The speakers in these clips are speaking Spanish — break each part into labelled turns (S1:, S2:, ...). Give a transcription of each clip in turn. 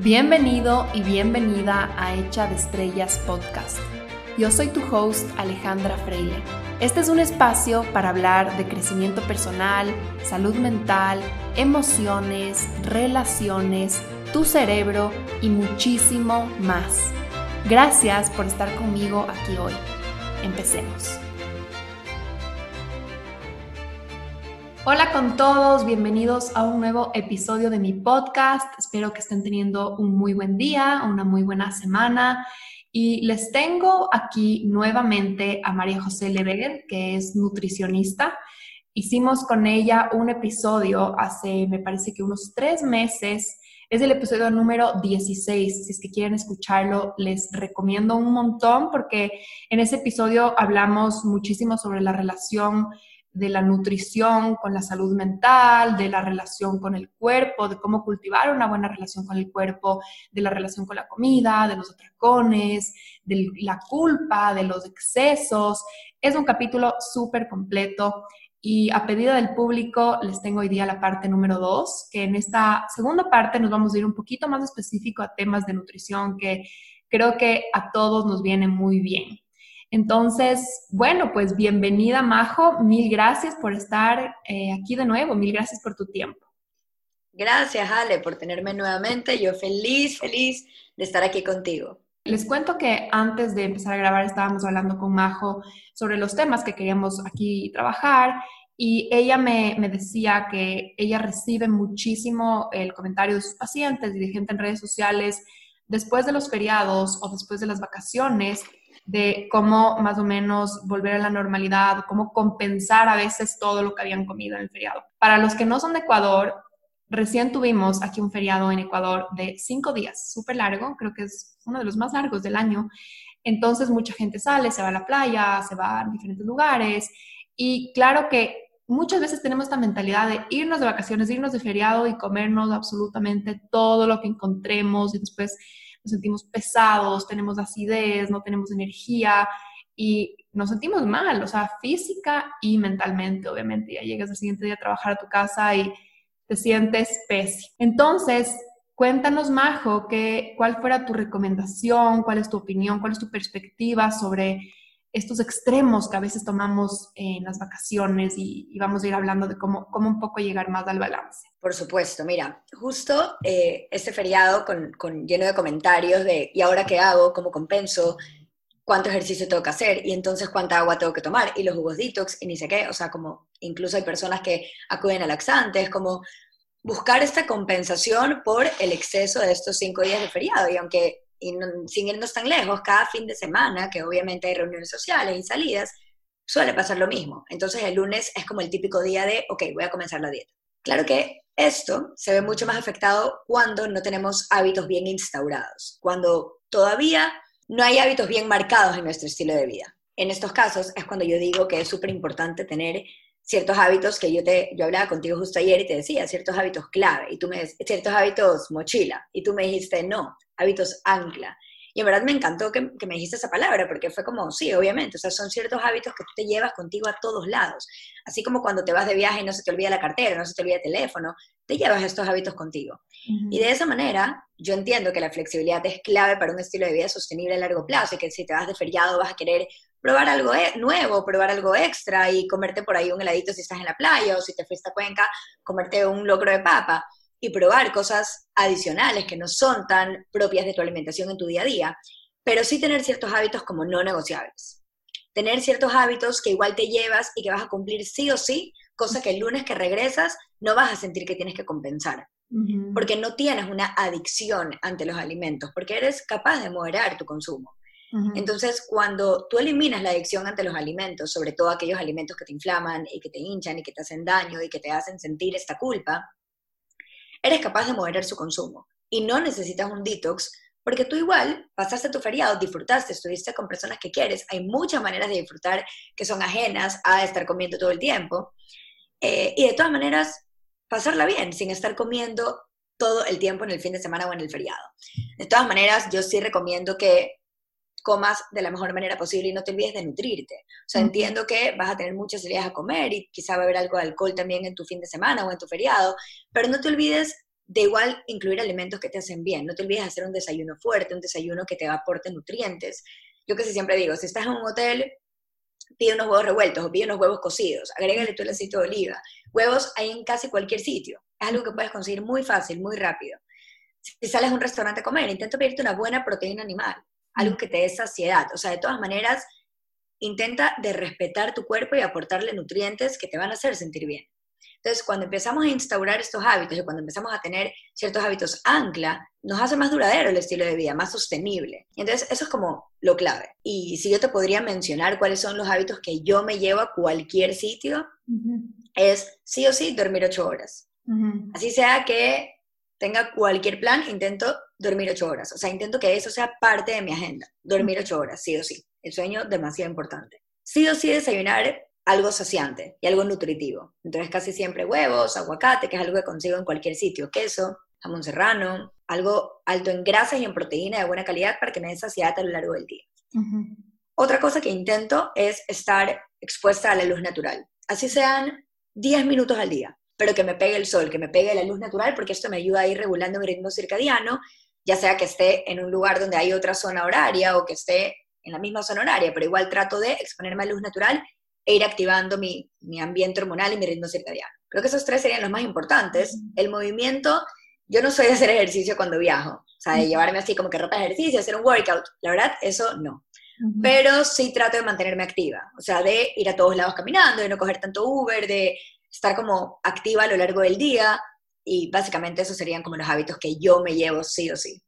S1: Bienvenido y bienvenida a Hecha de Estrellas Podcast. Yo soy tu host Alejandra Freile. Este es un espacio para hablar de crecimiento personal, salud mental, emociones, relaciones, tu cerebro y muchísimo más. Gracias por estar conmigo aquí hoy. Empecemos. Hola con todos, bienvenidos a un nuevo episodio de mi podcast. Espero que estén teniendo un muy buen día, una muy buena semana. Y les tengo aquí nuevamente a María José Lever, que es nutricionista. Hicimos con ella un episodio hace, me parece que unos 3 meses. Es el episodio número 16. Si es que quieren escucharlo, les recomiendo un montón porque en ese episodio hablamos muchísimo sobre la relación de la nutrición con la salud mental, de la relación con el cuerpo, de cómo cultivar una buena relación con el cuerpo, de la relación con la comida, de los atracones, de la culpa, de los excesos. Es un capítulo súper completo y a pedido del público les tengo hoy día la parte número 2, que en esta segunda parte nos vamos a ir un poquito más específico a temas de nutrición que creo que a todos nos viene muy bien. Entonces, bueno, pues bienvenida, Majo. Mil gracias por estar aquí de nuevo. Mil gracias por tu tiempo.
S2: Gracias, Ale, por tenerme nuevamente. Yo feliz de estar aquí contigo.
S1: Les cuento que antes de empezar a grabar estábamos hablando con Majo sobre los temas que queríamos aquí trabajar y ella me decía que ella recibe muchísimo el comentario de sus pacientes y de gente en redes sociales después de los feriados o después de las vacaciones, de cómo más o menos volver a la normalidad, cómo compensar a veces todo lo que habían comido en el feriado. Para los que no son de Ecuador, recién tuvimos aquí un feriado en Ecuador de 5 días, súper largo, creo que es uno de los más largos del año. Entonces mucha gente sale, se va a la playa, se va a diferentes lugares y claro que muchas veces tenemos esta mentalidad de irnos de vacaciones, irnos de feriado y comernos absolutamente todo lo que encontremos y después nos sentimos pesados, tenemos acidez, no tenemos energía y nos sentimos mal, o sea, física y mentalmente, obviamente. Ya llegas el siguiente día a trabajar a tu casa y te sientes pésimo. Entonces, cuéntanos, Majo, ¿cuál fuera tu recomendación? ¿Cuál es tu opinión? ¿Cuál es tu perspectiva sobre estos extremos que a veces tomamos en las vacaciones y vamos a ir hablando de cómo un poco llegar más al balance?
S2: Por supuesto, mira, justo este feriado lleno de comentarios de ¿y ahora qué hago? ¿Cómo compenso? ¿Cuánto ejercicio tengo que hacer? Y entonces ¿cuánta agua tengo que tomar? Y los jugos detox y ni sé qué, o sea, como incluso hay personas que acuden a laxantes, como buscar esta compensación por el exceso de estos 5 días de feriado. Y aunque, sin irnos tan lejos, cada fin de semana, que obviamente hay reuniones sociales y salidas, suele pasar lo mismo. Entonces el lunes es como el típico día de, ok, voy a comenzar la dieta. Claro que esto se ve mucho más afectado cuando no tenemos hábitos bien instaurados, cuando todavía no hay hábitos bien marcados en nuestro estilo de vida. En estos casos es cuando yo digo que es súper importante tener ciertos hábitos que yo hablaba contigo justo ayer y te decía, ciertos hábitos clave, y tú me decías, ciertos hábitos mochila, y tú me dijiste, no, hábitos ancla. Y en verdad me encantó que me dijiste esa palabra, porque fue como, sí, obviamente, o sea, son ciertos hábitos que tú te llevas contigo a todos lados. Así como cuando te vas de viaje y no se te olvida la cartera, no se te olvida el teléfono, te llevas estos hábitos contigo. Uh-huh. Y de esa manera, yo entiendo que la flexibilidad es clave para un estilo de vida sostenible a largo plazo, y que si te vas de feriado vas a querer probar algo nuevo, probar algo extra y comerte por ahí un heladito si estás en la playa, o si te fuiste a Cuenca, comerte un locro de papa y probar cosas adicionales que no son tan propias de tu alimentación en tu día a día, pero sí tener ciertos hábitos como no negociables. Tener ciertos hábitos que igual te llevas y que vas a cumplir sí o sí, cosa que el lunes que regresas no vas a sentir que tienes que compensar. Uh-huh. Porque no tienes una adicción ante los alimentos, porque eres capaz de moderar tu consumo. Uh-huh. Entonces, cuando tú eliminas la adicción ante los alimentos, sobre todo aquellos alimentos que te inflaman y que te hinchan y que te hacen daño y que te hacen sentir esta culpa, eres capaz de moderar su consumo y no necesitas un detox porque tú igual pasaste tu feriado, disfrutaste, estuviste con personas que quieres. Hay muchas maneras de disfrutar que son ajenas a estar comiendo todo el tiempo y de todas maneras pasarla bien sin estar comiendo todo el tiempo en el fin de semana o en el feriado. De todas maneras, yo sí recomiendo que comas de la mejor manera posible y no te olvides de nutrirte. O sea, entiendo que vas a tener muchas salidas a comer y quizá va a haber algo de alcohol también en tu fin de semana o en tu feriado, pero no te olvides de igual incluir alimentos que te hacen bien. No te olvides de hacer un desayuno fuerte, un desayuno que te aporte nutrientes. Yo casi siempre digo, si estás en un hotel, pide unos huevos revueltos o pide unos huevos cocidos, agrégale tú el aceite de oliva. Huevos hay en casi cualquier sitio. Es algo que puedes conseguir muy fácil, muy rápido. Si sales a un restaurante a comer, intenta pedirte una buena proteína animal, algo que te dé saciedad. O sea, de todas maneras, intenta de respetar tu cuerpo y aportarle nutrientes que te van a hacer sentir bien. Entonces, cuando empezamos a instaurar estos hábitos y cuando empezamos a tener ciertos hábitos ancla, nos hace más duradero el estilo de vida, más sostenible. Entonces, eso es como lo clave. Y si yo te podría mencionar cuáles son los hábitos que yo me llevo a cualquier sitio, es sí o sí dormir 8 horas. Así sea que tenga cualquier plan, intento dormir 8 horas. O sea, intento que eso sea parte de mi agenda. Dormir 8 horas, sí o sí. El sueño demasiado importante. Sí o sí desayunar algo saciante y algo nutritivo. Entonces casi siempre huevos, aguacate, que es algo que consigo en cualquier sitio, queso, jamón serrano, algo alto en grasas y en proteína de buena calidad para que me dé saciedad a lo largo del día. Otra cosa que intento es estar expuesta a la luz natural. Así sean 10 minutos al día, pero que me pegue el sol, que me pegue la luz natural, porque esto me ayuda a ir regulando mi ritmo circadiano, ya sea que esté en un lugar donde hay otra zona horaria o que esté en la misma zona horaria, pero igual trato de exponerme a luz natural e ir activando mi ambiente hormonal y mi ritmo circadiano. Creo que esos 3 serían los más importantes. El movimiento, yo no soy de hacer ejercicio cuando viajo, o sea, de llevarme así como que ropa de ejercicio, hacer un workout, la verdad, eso no. Pero sí trato de mantenerme activa, o sea, de ir a todos lados caminando, de no coger tanto Uber, de estar como activa a lo largo del día, y básicamente esos serían como los hábitos que yo me llevo sí o sí.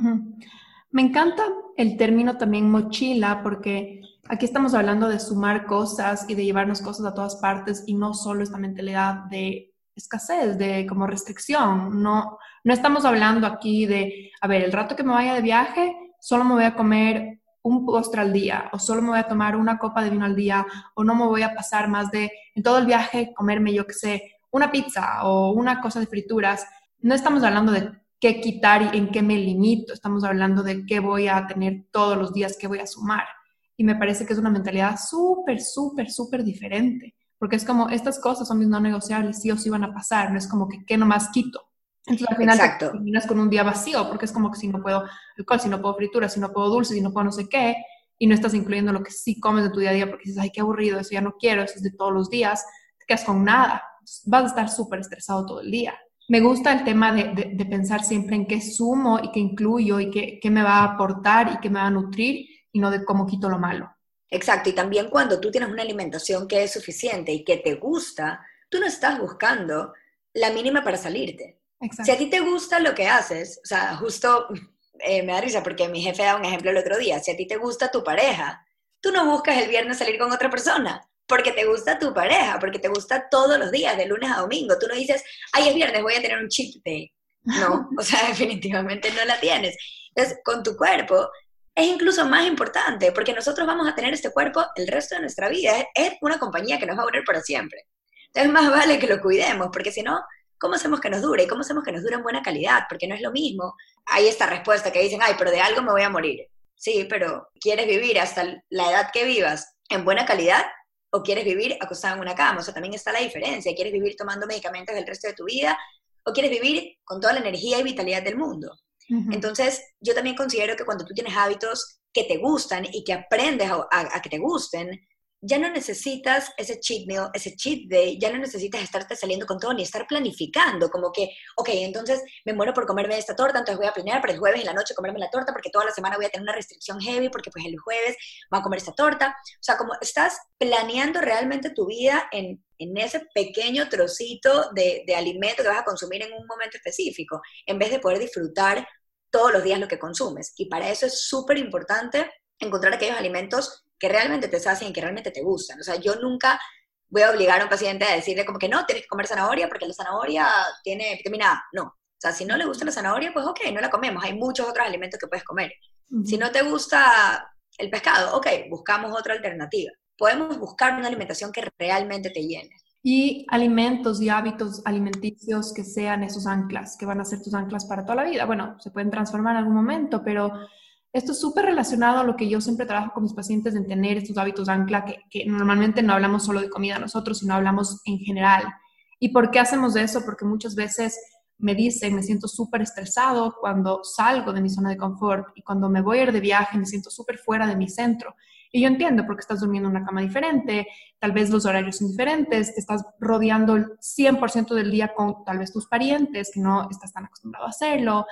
S1: Me encanta el término también mochila, porque aquí estamos hablando de sumar cosas y de llevarnos cosas a todas partes y no solo esta mentalidad de escasez, de como restricción. No estamos hablando aquí de, a ver, el rato que me vaya de viaje, solo me voy a comer un postre al día, o solo me voy a tomar una copa de vino al día, o no me voy a pasar más de, en todo el viaje, comerme, yo qué sé, una pizza o una cosa de frituras. No estamos hablando de qué quitar y en qué me limito, estamos hablando de qué voy a tener todos los días, qué voy a sumar. Y me parece que es una mentalidad súper, súper, súper diferente, porque es como, estas cosas son mis no negociables, sí o sí van a pasar, no es como que qué nomás quito. Entonces al final te terminas con un día vacío, porque es como que si no puedo alcohol, si no puedo frituras, si no puedo dulces, si no puedo no sé qué, y no estás incluyendo lo que sí comes de tu día a día, porque dices, ay, qué aburrido, eso ya no quiero, eso es de todos los días, te quedas con nada, vas a estar súper estresado todo el día. Me gusta el tema de pensar siempre en qué sumo y qué incluyo y qué me va a aportar y qué me va a nutrir, y no de cómo quito lo malo.
S2: Exacto, y también cuando tú tienes una alimentación que es suficiente y que te gusta, tú no estás buscando la mínima para salirte.
S1: Exacto.
S2: Si a ti te gusta lo que haces, o sea, justo me da risa porque mi jefe da un ejemplo el otro día, si a ti te gusta tu pareja, tú no buscas el viernes salir con otra persona, porque te gusta tu pareja, porque te gusta todos los días, de lunes a domingo. Tú no dices, ay, es viernes, voy a tener un cheat day. No, o sea, definitivamente no la tienes. Entonces, con tu cuerpo es incluso más importante, porque nosotros vamos a tener este cuerpo el resto de nuestra vida. Es una compañía que nos va a durar para siempre. Entonces, más vale que lo cuidemos, porque si no, ¿cómo hacemos que nos dure? ¿Y cómo hacemos que nos dure en buena calidad? Porque no es lo mismo. Hay esta respuesta que dicen, ay, pero de algo me voy a morir. Sí, pero ¿quieres vivir hasta la edad que vivas en buena calidad? ¿O quieres vivir acostado en una cama? O sea, también está la diferencia. ¿Quieres vivir tomando medicamentos el resto de tu vida? ¿O quieres vivir con toda la energía y vitalidad del mundo? Entonces, yo también considero que cuando tú tienes hábitos que te gustan y que aprendes a que te gusten, ya no necesitas ese cheat meal, ese cheat day, ya no necesitas estarte saliendo con todo ni estar planificando, como que, ok, entonces me muero por comerme esta torta, entonces voy a planear para el jueves en la noche comerme la torta, porque toda la semana voy a tener una restricción heavy, porque pues el jueves voy a comer esta torta. O sea, como estás planeando realmente tu vida en ese pequeño trocito de alimento que vas a consumir en un momento específico, en vez de poder disfrutar todos los días lo que consumes. Y para eso es súper importante encontrar aquellos alimentos que realmente te sacien y que realmente te gustan. O sea, yo nunca voy a obligar a un paciente a decirle como que no, tienes que comer zanahoria porque la zanahoria tiene vitamina A. No. O sea, si no le gusta la zanahoria, pues ok, no la comemos. Hay muchos otros alimentos que puedes comer. Si no te gusta el pescado, ok, buscamos otra alternativa. Podemos buscar una alimentación que realmente te llene.
S1: Y alimentos y hábitos alimenticios que sean esos anclas, que van a ser tus anclas para toda la vida. Bueno, se pueden transformar en algún momento, pero esto es súper relacionado a lo que yo siempre trabajo con mis pacientes, en tener estos hábitos ancla, que normalmente no hablamos solo de comida nosotros, sino hablamos en general. ¿Y por qué hacemos eso? Porque muchas veces me dicen, me siento súper estresado cuando salgo de mi zona de confort y cuando me voy a ir de viaje me siento súper fuera de mi centro. Y yo entiendo porque estás durmiendo en una cama diferente, tal vez los horarios son diferentes, te estás rodeando el 100% del día con tal vez tus parientes, que no estás tan acostumbrado a hacerlo.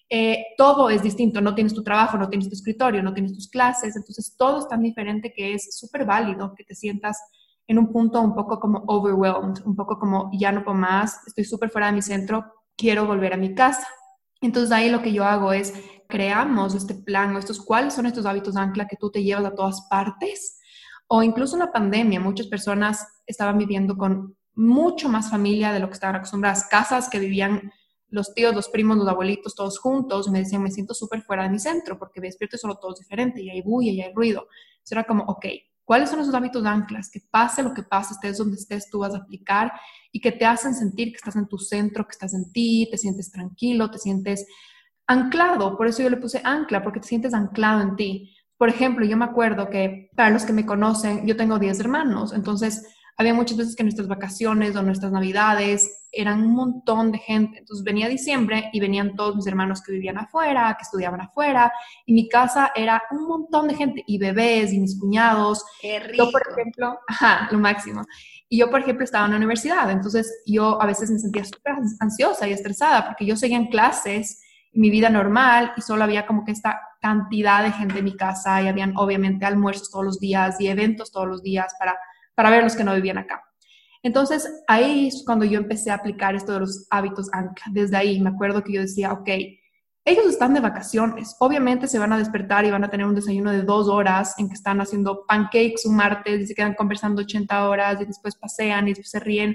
S1: Todo es distinto, no tienes tu trabajo, no tienes tu escritorio, no tienes tus clases, entonces todo es tan diferente que es súper válido que te sientas en un punto un poco como overwhelmed, un poco como ya no puedo más, estoy súper fuera de mi centro, quiero volver a mi casa. Entonces ahí lo que yo hago es creamos este plan, cuáles son estos hábitos ancla que tú te llevas a todas partes. O incluso en la pandemia, muchas personas estaban viviendo con mucho más familia de lo que estaban acostumbradas, casas que vivían los tíos, los primos, los abuelitos, todos juntos, y me decían, me siento súper fuera de mi centro, porque me despierto y solo todo es diferente, y hay bulla, y hay ruido. Entonces era como, ok, ¿cuáles son esos hábitos anclas? Que pase lo que pase, estés donde estés, tú vas a aplicar, y que te hacen sentir que estás en tu centro, que estás en ti, te sientes tranquilo, te sientes anclado. Por eso yo le puse ancla, porque te sientes anclado en ti. Por ejemplo, yo me acuerdo que para los que me conocen, yo tengo 10 hermanos, entonces había muchas veces que nuestras vacaciones o nuestras navidades eran un montón de gente. Entonces venía diciembre y venían todos mis hermanos que vivían afuera, que estudiaban afuera, y mi casa era un montón de gente, y bebés, y mis cuñados.
S2: Qué rico.
S1: Yo, por ejemplo, lo máximo. Y yo, por ejemplo, estaba en la universidad, entonces yo a veces me sentía súper ansiosa y estresada porque yo seguía en clases, mi vida normal, y solo había como que esta cantidad de gente en mi casa, y habían obviamente almuerzos todos los días y eventos todos los días para ver los que no vivían acá. Entonces, ahí es cuando yo empecé a aplicar esto de los hábitos ancla. Desde ahí me acuerdo que yo decía, ok, ellos están de vacaciones, obviamente se van a despertar y van a tener un desayuno de 2 horas en que están haciendo pancakes un martes y se quedan conversando 80 horas y después pasean y después se ríen.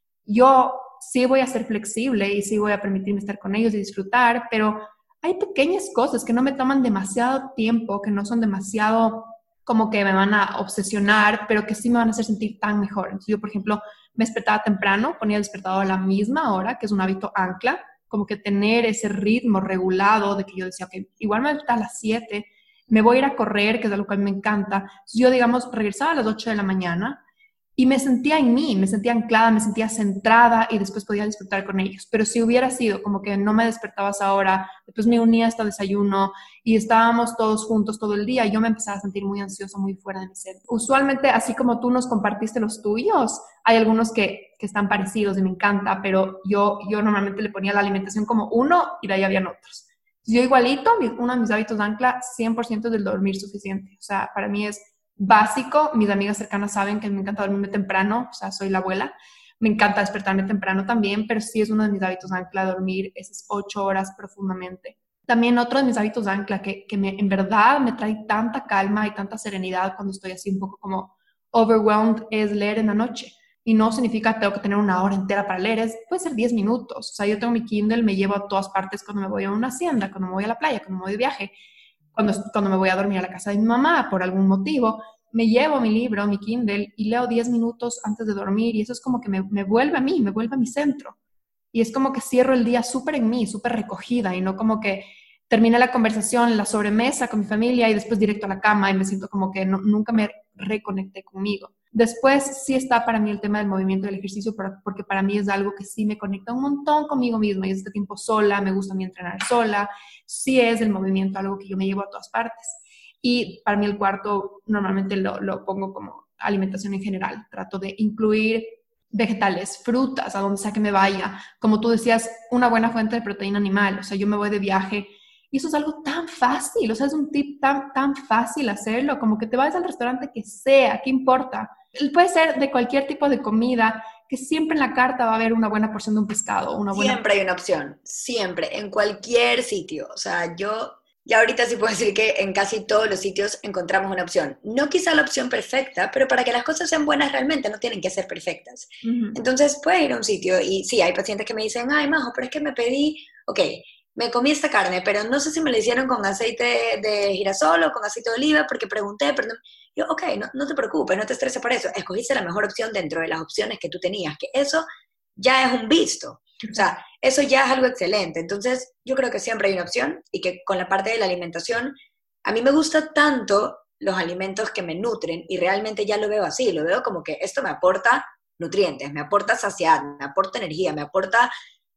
S1: Yo sí voy a ser flexible y sí voy a permitirme estar con ellos y disfrutar, pero hay pequeñas cosas que no me toman demasiado tiempo, que no son demasiado como que me van a obsesionar, pero que sí me van a hacer sentir tan mejor. Entonces yo, por ejemplo, me despertaba temprano, ponía el despertador a la misma hora, que es un hábito ancla, como que tener ese ritmo regulado de que yo decía, ok, igual me voy a despertar a las 7, me voy a ir a correr, que es algo que a mí me encanta. Entonces yo, digamos, regresaba a las 8 de la mañana y me sentía en mí, me sentía anclada, me sentía centrada y después podía disfrutar con ellos. Pero si hubiera sido como que no me despertabas ahora, después me unía hasta desayuno y estábamos todos juntos todo el día, yo me empezaba a sentir muy ansiosa, muy fuera de mi ser. Usualmente, así como tú nos compartiste los tuyos, hay algunos que están parecidos y me encanta, pero yo normalmente le ponía la alimentación como uno y de ahí habían otros. Yo igualito, uno de mis hábitos de ancla, 100% del dormir suficiente. O sea, para mí es básico. Mis amigas cercanas saben que me encanta dormirme temprano, o sea, soy la abuela. Me encanta despertarme temprano también, pero sí es uno de mis hábitos de ancla, dormir esas 8 horas profundamente. También otro de mis hábitos de ancla que en verdad me trae tanta calma y tanta serenidad cuando estoy así un poco como overwhelmed es leer en la noche. Y no significa que tengo que tener una hora entera para leer, puede ser 10 minutos. O sea, yo tengo mi Kindle, me llevo a todas partes cuando me voy a una hacienda, cuando me voy a la playa, cuando me voy de viaje, cuando me voy a dormir a la casa de mi mamá por algún motivo, me llevo mi libro, mi Kindle, y leo 10 minutos antes de dormir, y eso es como que me vuelve a mí, me vuelve a mi centro. Y es como que cierro el día súper en mí, súper recogida, y no como que termine la conversación, la sobremesa con mi familia y después directo a la cama y me siento como que nunca me reconecté conmigo. Después sí está para mí el tema del movimiento y del ejercicio, porque para mí es algo que sí me conecta un montón conmigo misma, y es este tiempo sola, me gusta a mí entrenar sola, sí es el movimiento algo que yo me llevo a todas partes. Y para mí el cuarto normalmente lo pongo como alimentación en general, trato de incluir vegetales, frutas, a donde sea que me vaya. Como tú decías, una buena fuente de proteína animal. O sea, yo me voy de viaje y eso es algo tan fácil. O sea, es un tip tan fácil hacerlo. Como que te vayas al restaurante que sea, ¿qué importa? Puede ser de cualquier tipo de comida, que siempre en la carta va a haber una buena porción de un pescado.
S2: Siempre hay una opción, siempre, en cualquier sitio. O sea, yo ya ahorita sí puedo decir que en casi todos los sitios encontramos una opción. No quizá la opción perfecta, pero para que las cosas sean buenas realmente no tienen que ser perfectas.
S1: Uh-huh.
S2: Entonces puedes ir a un sitio y sí, hay pacientes que me dicen, ay, Majo, pero es que me pedí, ok, me comí esta carne, pero no sé si me la hicieron con aceite de girasol o con aceite de oliva porque pregunté, pero no. Yo, ok, no te preocupes, no te estreses por eso. Escogiste la mejor opción dentro de las opciones que tú tenías, que eso ya es un visto. O sea, eso ya es algo excelente. Entonces, yo creo que siempre hay una opción y que con la parte de la alimentación, a mí me gusta tanto los alimentos que me nutren y realmente ya lo veo así, lo veo como que esto me aporta nutrientes, me aporta saciedad, me aporta energía, me aporta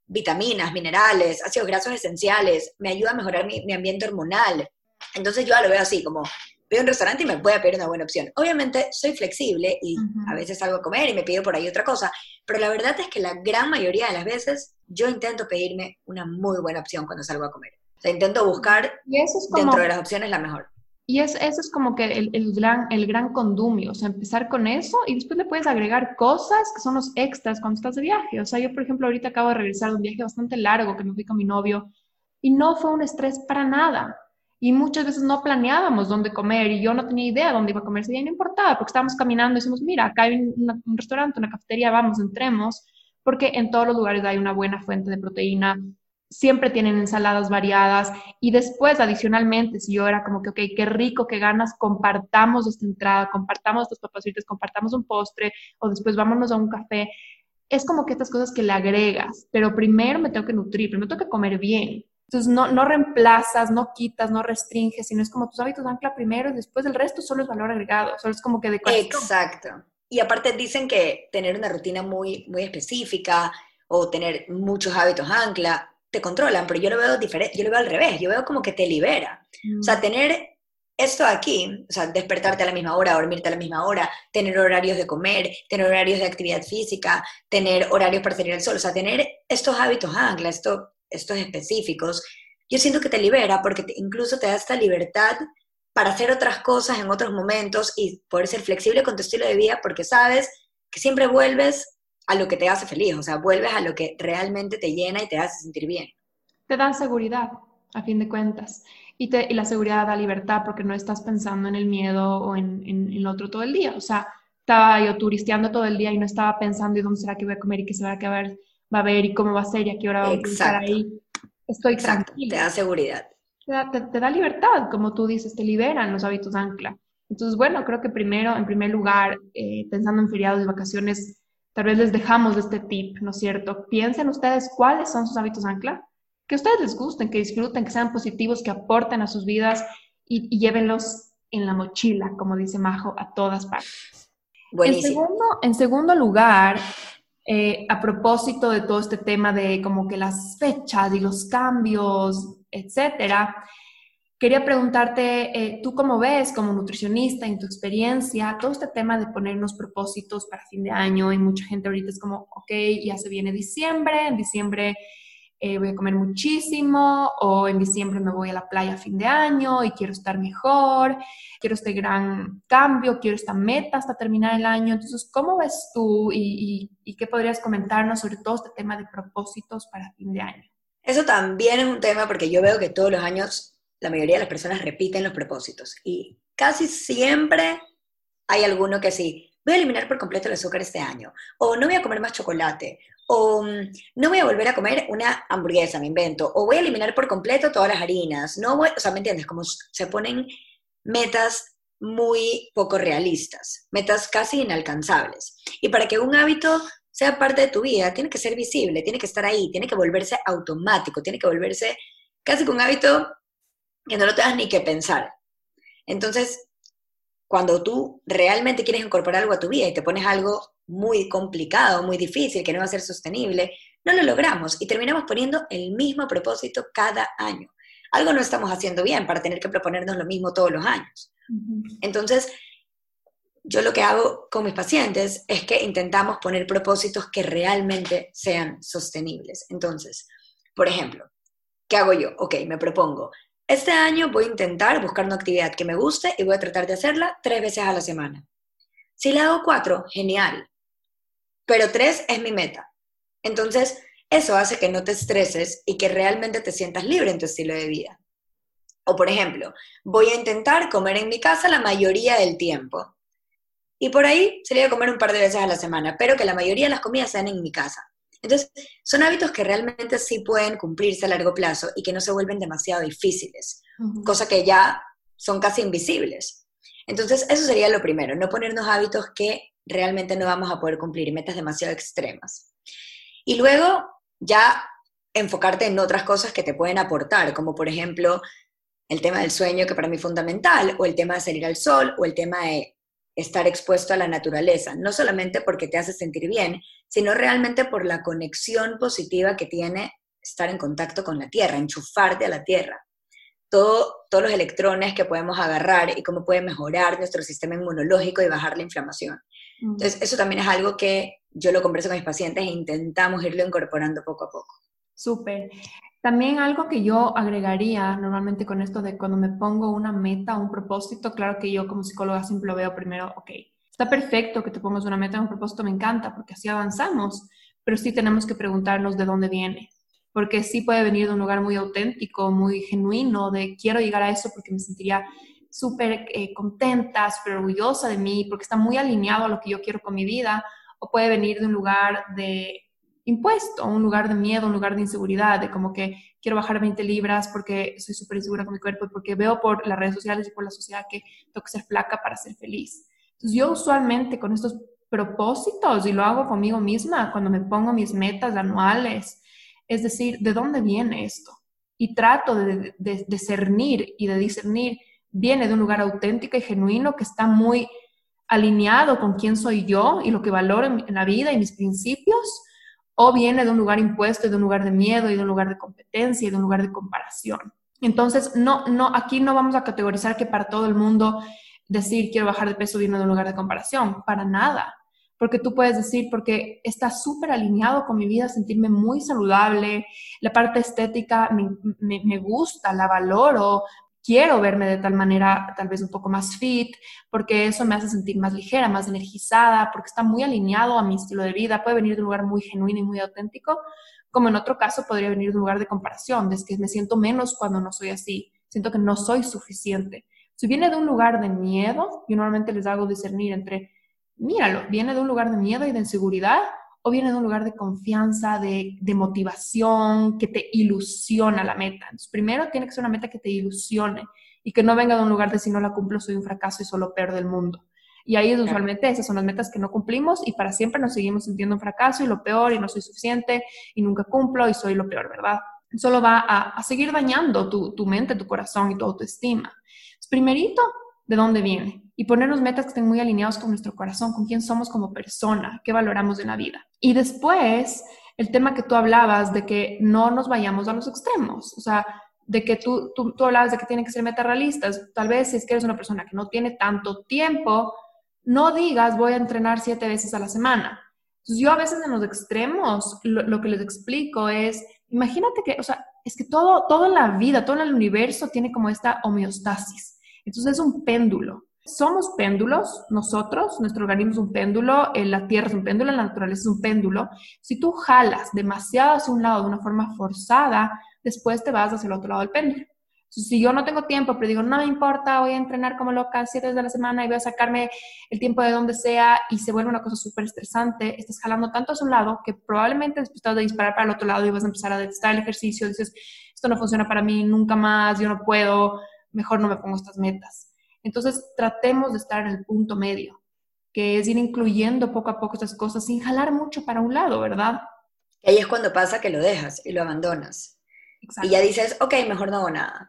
S2: vitaminas, minerales, ácidos grasos esenciales, me ayuda a mejorar mi ambiente hormonal. Entonces yo ya lo veo así, como veo un restaurante y me puede pedir una buena opción. Obviamente soy flexible y a veces salgo a comer y me pido por ahí otra cosa, pero la verdad es que la gran mayoría de las veces yo intento pedirme una muy buena opción cuando salgo a comer. O sea, intento buscar
S1: Y eso es
S2: dentro de
S1: como,
S2: las opciones la mejor.
S1: y eso es como que el gran condumio, o sea, empezar con eso y después le puedes agregar cosas que son los extras cuando estás de viaje. O sea, yo, por ejemplo, ahorita acabo de regresar de un viaje bastante largo que me fui con mi novio y no fue un estrés para nada. Y muchas veces no planeábamos dónde comer y yo no tenía idea dónde iba a comer ese día y no importaba porque estábamos caminando y decimos, mira, acá hay un restaurante, una cafetería, vamos, entremos, porque en todos los lugares hay una buena fuente de proteína, siempre tienen ensaladas variadas y después adicionalmente, si yo era como que, ok, qué rico, qué ganas, compartamos esta entrada, compartamos estos papas fritas, compartamos un postre o después vámonos a un café. Es como que estas cosas que le agregas, pero primero me tengo que nutrir, primero tengo que comer bien. Entonces no reemplazas, no quitas, no restringes, sino es como tus hábitos ancla primero y después el resto solo es valor agregado, solo es como que decoración.
S2: Exacto. Y aparte dicen que tener una rutina muy, muy específica o tener muchos hábitos ancla te controlan, pero yo lo veo diferente, yo lo veo al revés, yo veo como que te libera. O sea, tener esto aquí, o sea, despertarte a la misma hora, dormirte a la misma hora, tener horarios de comer, tener horarios de actividad física, tener horarios para salir al sol, o sea, tener estos hábitos ancla, estos específicos, yo siento que te libera porque incluso te da esta libertad para hacer otras cosas en otros momentos y poder ser flexible con tu estilo de vida porque sabes que siempre vuelves a lo que te hace feliz, o sea, vuelves a lo que realmente te llena y te hace sentir bien.
S1: Te dan seguridad, a fin de cuentas. Y la seguridad da libertad porque no estás pensando en el miedo o en lo otro todo el día. O sea, estaba yo turisteando todo el día y no estaba pensando, ¿y dónde será que voy a comer y qué será que va a haber y cómo va a ser y a qué hora vamos a estar
S2: Exacto,
S1: ahí? Estoy
S2: exacto, te
S1: tranquila.
S2: da seguridad.
S1: Te da libertad, como tú dices, te liberan los hábitos ancla. Entonces, bueno, creo que primero, en primer lugar, pensando en feriados y vacaciones, tal vez les dejamos este tip, ¿no es cierto? Piensen ustedes cuáles son sus hábitos ancla, que a ustedes les gusten, que disfruten, que sean positivos, que aporten a sus vidas y llévenlos en la mochila, como dice Majo, a todas partes.
S2: Buenísimo.
S1: En segundo lugar, a propósito de todo este tema de como que las fechas y los cambios, etcétera, quería preguntarte, ¿tú cómo ves como nutricionista en tu experiencia todo este tema de ponernos propósitos para fin de año? Y mucha gente ahorita es como, ok, ya se viene diciembre, en diciembre voy a comer muchísimo, o en diciembre me voy a la playa a fin de año y quiero estar mejor, quiero este gran cambio, quiero esta meta hasta terminar el año. Entonces, ¿cómo ves tú y qué podrías comentarnos sobre todo este tema de propósitos para fin de año?
S2: Eso también es un tema porque yo veo que todos los años la mayoría de las personas repiten los propósitos y casi siempre hay alguno que sí, voy a eliminar por completo el azúcar este año, o no voy a comer más chocolate, o no voy a volver a comer una hamburguesa, me invento, o voy a eliminar por completo todas las harinas, no voy, o sea, ¿me entiendes? Como se ponen metas muy poco realistas, metas casi inalcanzables. Y para que un hábito sea parte de tu vida, tiene que ser visible, tiene que estar ahí, tiene que volverse automático, tiene que volverse casi que un hábito que no lo tengas ni que pensar. Entonces, cuando tú realmente quieres incorporar algo a tu vida y te pones algo muy complicado, muy difícil, que no va a ser sostenible, no lo logramos y terminamos poniendo el mismo propósito cada año. Algo no estamos haciendo bien para tener que proponernos lo mismo todos los años. Entonces, yo lo que hago con mis pacientes es que intentamos poner propósitos que realmente sean sostenibles. Entonces, por ejemplo, ¿qué hago yo? Ok, me propongo, este año voy a intentar buscar una actividad que me guste y voy a tratar de hacerla 3 veces a la semana. Si la hago 4, genial, pero 3 es mi meta. Entonces, eso hace que no te estreses y que realmente te sientas libre en tu estilo de vida. O por ejemplo, voy a intentar comer en mi casa la mayoría del tiempo. Y por ahí sería comer un par de veces a la semana, pero que la mayoría de las comidas sean en mi casa. Entonces, son hábitos que realmente sí pueden cumplirse a largo plazo y que no se vuelven demasiado difíciles, cosa que ya son casi invisibles. Entonces, eso sería lo primero, no ponernos hábitos que realmente no vamos a poder cumplir, metas demasiado extremas. Y luego, ya enfocarte en otras cosas que te pueden aportar, como por ejemplo, el tema del sueño, que para mí es fundamental, o el tema de salir al sol, o el tema de estar expuesto a la naturaleza, no solamente porque te hace sentir bien, sino realmente por la conexión positiva que tiene estar en contacto con la tierra, enchufarte a la tierra. Todos los electrones que podemos agarrar y cómo puede mejorar nuestro sistema inmunológico y bajar la inflamación. Entonces, eso también es algo que yo lo converso con mis pacientes e intentamos irlo incorporando poco a poco.
S1: Súper. También algo que yo agregaría normalmente con esto de cuando me pongo una meta, un propósito, claro que yo como psicóloga siempre lo veo primero, ok, está perfecto que te pongas una meta, un propósito, me encanta, porque así avanzamos, pero sí tenemos que preguntarnos de dónde viene, porque sí puede venir de un lugar muy auténtico, muy genuino, de quiero llegar a eso porque me sentiría súper contenta, súper orgullosa de mí, porque está muy alineado a lo que yo quiero con mi vida, o puede venir de un lugar de impuesto, un lugar de miedo, un lugar de inseguridad, de como que quiero bajar 20 libras porque soy súper insegura con mi cuerpo y porque veo por las redes sociales y por la sociedad que tengo que ser flaca para ser feliz. Entonces yo usualmente con estos propósitos, y lo hago conmigo misma, cuando me pongo mis metas anuales, es decir, ¿de dónde viene esto? Y trato de discernir y de discernir, viene de un lugar auténtico y genuino que está muy alineado con quién soy yo y lo que valoro en la vida y mis principios, o viene de un lugar impuesto y de un lugar de miedo y de un lugar de competencia y de un lugar de comparación. Entonces, aquí no vamos a categorizar que para todo el mundo decir quiero bajar de peso viene de un lugar de comparación, para nada. Porque tú puedes decir, porque está súper alineado con mi vida, sentirme muy saludable, la parte estética me gusta, la valoro, quiero verme de tal manera, tal vez un poco más fit, porque eso me hace sentir más ligera, más energizada, porque está muy alineado a mi estilo de vida. Puede venir de un lugar muy genuino y muy auténtico, como en otro caso podría venir de un lugar de comparación, de que me siento menos cuando no soy así, siento que no soy suficiente. Si viene de un lugar de miedo, yo normalmente les hago discernir entre, míralo, viene de un lugar de miedo y de inseguridad, o viene de un lugar de confianza, de motivación, que te ilusiona la meta. Entonces, primero tiene que ser una meta que te ilusione y que no venga de un lugar de si no la cumplo soy un fracaso y solo peor del mundo. Y ahí usualmente esas son las metas que no cumplimos y para siempre nos seguimos sintiendo un fracaso y lo peor y no soy suficiente y nunca cumplo y soy lo peor, ¿verdad? Solo va a seguir dañando tu mente, tu corazón y tu autoestima. Entonces, primerito, ¿de dónde viene? Y ponernos metas que estén muy alineados con nuestro corazón, con quién somos como persona, qué valoramos en la vida. Y después, el tema que tú hablabas de que no nos vayamos a los extremos, o sea, de que tú hablabas de que tienen que ser metas realistas. Tal vez si es que eres una persona que no tiene tanto tiempo, no digas voy a entrenar 7 veces a la semana. Entonces yo a veces en los extremos lo que les explico es, imagínate que, o sea, es que todo en la vida, todo en el universo tiene como esta homeostasis. Entonces es un péndulo. Somos péndulos, nosotros, nuestro organismo es un péndulo, la Tierra es un péndulo, la naturaleza es un péndulo. Si tú jalas demasiado hacia un lado de una forma forzada, después te vas hacia el otro lado del péndulo. Entonces, si yo no tengo tiempo, pero digo, no me importa, voy a entrenar como loca 7 veces a la semana y voy a sacarme el tiempo de donde sea y se vuelve una cosa súper estresante, estás jalando tanto hacia un lado que probablemente después te vas a disparar para el otro lado y vas a empezar a detestar el ejercicio, dices, esto no funciona para mí, nunca más, yo no puedo, mejor no me pongo estas metas. Entonces, tratemos de estar en el punto medio, que es ir incluyendo poco a poco estas cosas sin jalar mucho para un lado, ¿verdad?
S2: Y ahí es cuando pasa que lo dejas y lo abandonas.
S1: Exacto.
S2: Y ya dices, ok, mejor no hago nada.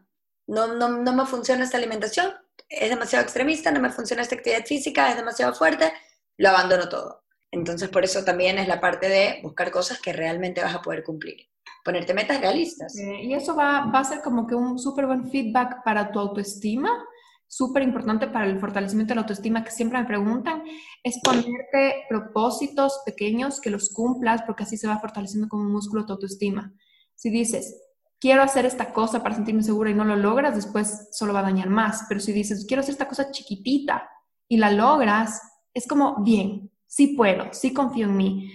S2: No me funciona esta alimentación, es demasiado extremista, no me funciona esta actividad física, es demasiado fuerte, lo abandono todo. Entonces, por eso también es la parte de buscar cosas que realmente vas a poder cumplir. Ponerte metas realistas.
S1: Y eso va a ser como que un súper buen feedback para tu autoestima, súper importante para el fortalecimiento de la autoestima, que siempre me preguntan, es ponerte propósitos pequeños que los cumplas, porque así se va fortaleciendo como un músculo tu autoestima. Si dices, quiero hacer esta cosa para sentirme segura y no lo logras, después solo va a dañar más. Pero si dices, quiero hacer esta cosa chiquitita y la logras, es como, bien, sí puedo, sí confío en mí.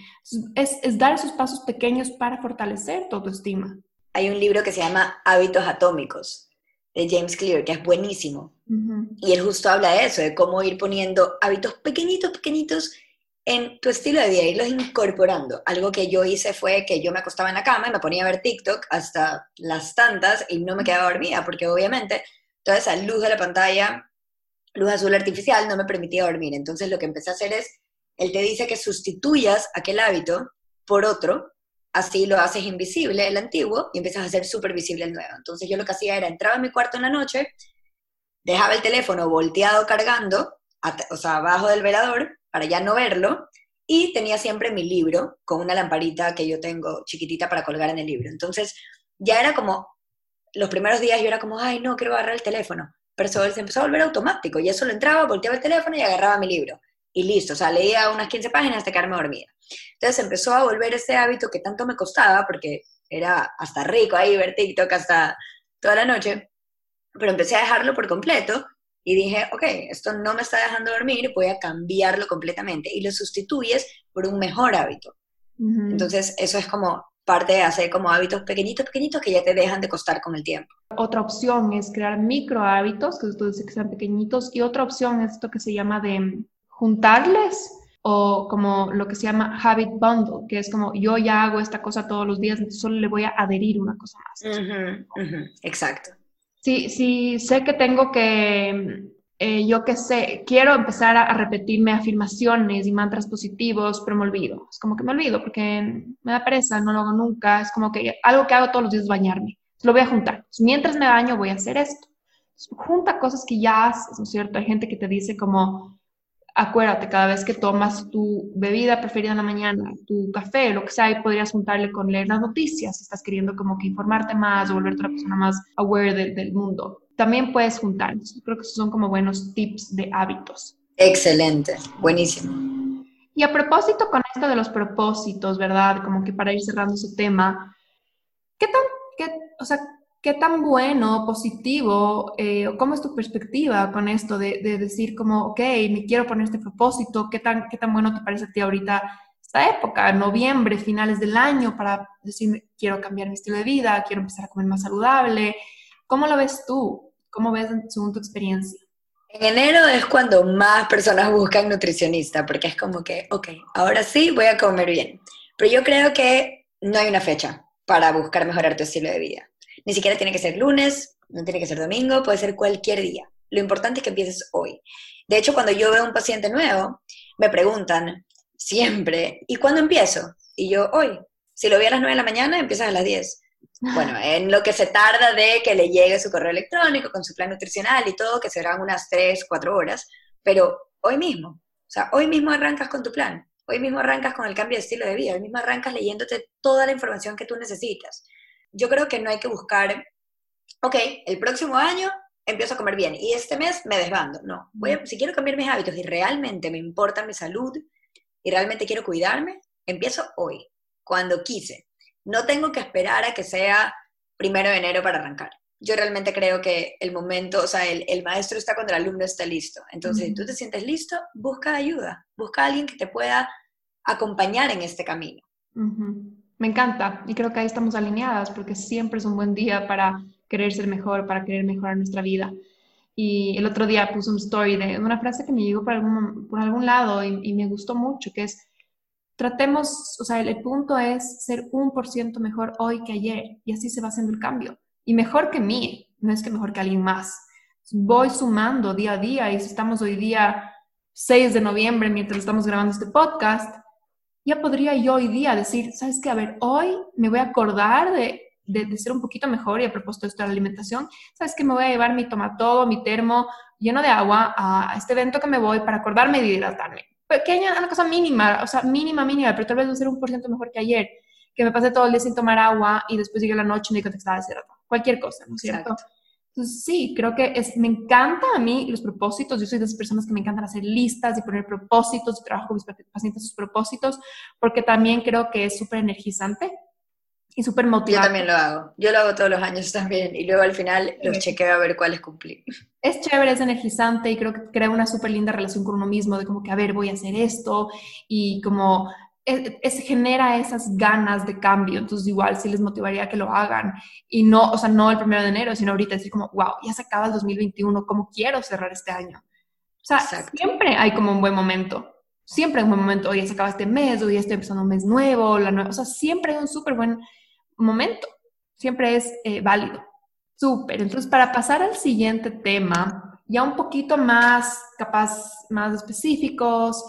S1: Es dar esos pasos pequeños para fortalecer tu autoestima.
S2: Hay un libro que se llama Hábitos Atómicos, de James Clear, que es buenísimo. Y él justo habla de eso, de cómo ir poniendo hábitos pequeñitos en tu estilo de vida, irlos incorporando. Algo que yo hice fue que yo me acostaba en la cama y me ponía a ver TikTok hasta las tantas y no me quedaba dormida, porque obviamente toda esa luz de la pantalla, luz azul artificial, no me permitía dormir. Entonces lo que empecé a hacer es, él te dice que sustituyas aquel hábito por otro, así lo haces invisible, el antiguo, y empiezas a hacer súper visible el nuevo. Entonces yo lo que hacía era, entraba en mi cuarto en la noche, dejaba el teléfono volteado cargando, o sea, abajo del velador para ya no verlo, y tenía siempre mi libro con una lamparita que yo tengo chiquitita para colgar en el libro. Entonces, ya era como, los primeros días yo era como, ay, no, quiero agarrar el teléfono, pero se empezó a volver automático, y eso lo entraba, volteaba el teléfono y agarraba mi libro, y listo, o sea, leía unas 15 páginas hasta quedarme dormida. Entonces empezó a volver ese hábito que tanto me costaba, porque era hasta rico ahí ver TikTok hasta toda la noche, pero empecé a dejarlo por completo y dije, ok, esto no me está dejando dormir, voy a cambiarlo completamente, y lo sustituyes por un mejor hábito. Entonces eso es como parte de hacer como hábitos pequeñitos, pequeñitos que ya te dejan de costar con el tiempo.
S1: Otra opción es crear micro hábitos, que tú dices que sean pequeñitos, y otra opción es esto que se llama de juntarles, o como lo que se llama habit bundle, que es como yo ya hago esta cosa todos los días, entonces solo le voy a adherir una cosa más.
S2: Exacto.
S1: Sí, sí, sé que tengo que, yo qué sé, quiero empezar a repetirme afirmaciones y mantras positivos, pero me olvido. Es como que me olvido porque me da pereza, no lo hago nunca. Es como que algo que hago todos los días es bañarme. Lo voy a juntar. Entonces, mientras me baño voy a hacer esto. Entonces, junta cosas que ya haces, ¿no es cierto? Hay gente que te dice como, acuérdate, cada vez que tomas tu bebida preferida en la mañana, tu café, lo que sea, y podrías juntarle con leer las noticias, si estás queriendo como que informarte más o volverte una persona más aware del mundo. También puedes juntar. Entonces, creo que esos son como buenos tips de hábitos.
S2: Excelente, buenísimo.
S1: Y a propósito con esto de los propósitos, ¿verdad? Como que para ir cerrando ese tema, ¿qué tan, o sea, qué tan bueno, positivo, o cómo es tu perspectiva con esto de decir como, ok, me quiero poner este propósito? Qué tan bueno te parece a ti ahorita esta época, noviembre, finales del año, para decir, quiero cambiar mi estilo de vida, quiero empezar a comer más saludable? ¿Cómo lo ves tú? ¿Cómo ves según tu experiencia?
S2: En enero es cuando más personas buscan nutricionista, porque es como que, ok, ahora sí voy a comer bien. Pero yo creo que no hay una fecha para buscar mejorar tu estilo de vida. Ni siquiera tiene que ser lunes, no tiene que ser domingo, puede ser cualquier día. Lo importante es que empieces hoy. De hecho, cuando yo veo a un paciente nuevo, me preguntan siempre, ¿y cuándo empiezo? Y yo, hoy. Si lo vi a las 9 de la mañana, empiezas a las 10. Bueno, en lo que se tarda de que le llegue su correo electrónico con su plan nutricional y todo, que serán unas 3, 4 horas, pero hoy mismo, o sea, hoy mismo arrancas con tu plan, hoy mismo arrancas con el cambio de estilo de vida, hoy mismo arrancas leyéndote toda la información que tú necesitas. Yo creo que no hay que buscar, ok, el próximo año empiezo a comer bien y este mes me desbando. No, si quiero cambiar mis hábitos y realmente me importa mi salud y realmente quiero cuidarme, empiezo hoy, cuando quise. No tengo que esperar a que sea 1 de enero para arrancar. Yo realmente creo que el momento, o sea, el maestro está cuando el alumno está listo. Entonces, si tú te sientes listo, busca ayuda, busca a alguien que te pueda acompañar en este camino.
S1: Me encanta y creo que ahí estamos alineadas porque siempre es un buen día para querer ser mejor, para querer mejorar nuestra vida. Y el otro día puse un story de una frase que me llegó por algún lado y me gustó mucho, que es, tratemos, o sea, el punto es ser 1% mejor hoy que ayer y así se va haciendo el cambio. Y mejor que mí, no es que mejor que alguien más. Voy sumando día a día y si estamos hoy día 6 de noviembre mientras estamos grabando este podcast, ya podría yo hoy día decir, ¿sabes qué? A ver, hoy me voy a acordar de ser un poquito mejor y a propósito de esto de la alimentación, ¿sabes qué? Me voy a llevar mi tomatodo, mi termo lleno de agua a este evento que me voy para acordarme de hidratarme. Pequeña, una cosa mínima, o sea, mínima, pero tal vez va a ser 1% mejor que ayer, que me pasé todo el día sin tomar agua y después llegué a la noche y me di cuenta que estaba deshidratada. Cualquier cosa, ¿no es cierto?
S2: Exacto.
S1: Entonces, sí, creo que me encanta a mí los propósitos. Yo soy de esas personas que me encantan hacer listas y poner propósitos y trabajo con mis pacientes sus propósitos, porque también creo que es súper energizante y súper motivante.
S2: Yo también lo hago. Yo lo hago todos los años también y luego al final los chequeo a ver cuáles cumplí.
S1: Es chévere, es energizante y creo que crea una súper linda relación con uno mismo de como que, a ver, voy a hacer esto y como genera esas ganas de cambio. Entonces igual sí les motivaría que lo hagan y no, o sea, no el 1 de enero, sino ahorita decir como, wow, ya se acaba el 2021, ¿cómo quiero cerrar este año? O sea,
S2: Exacto.
S1: Siempre hay como un buen momento. Siempre hay un buen momento. Hoy ya se acaba este mes, hoy ya estoy empezando un mes nuevo, o sea, siempre hay un súper buen momento. Siempre es válido. Súper. Entonces, para pasar al siguiente tema, ya un poquito más, capaz, más específicos,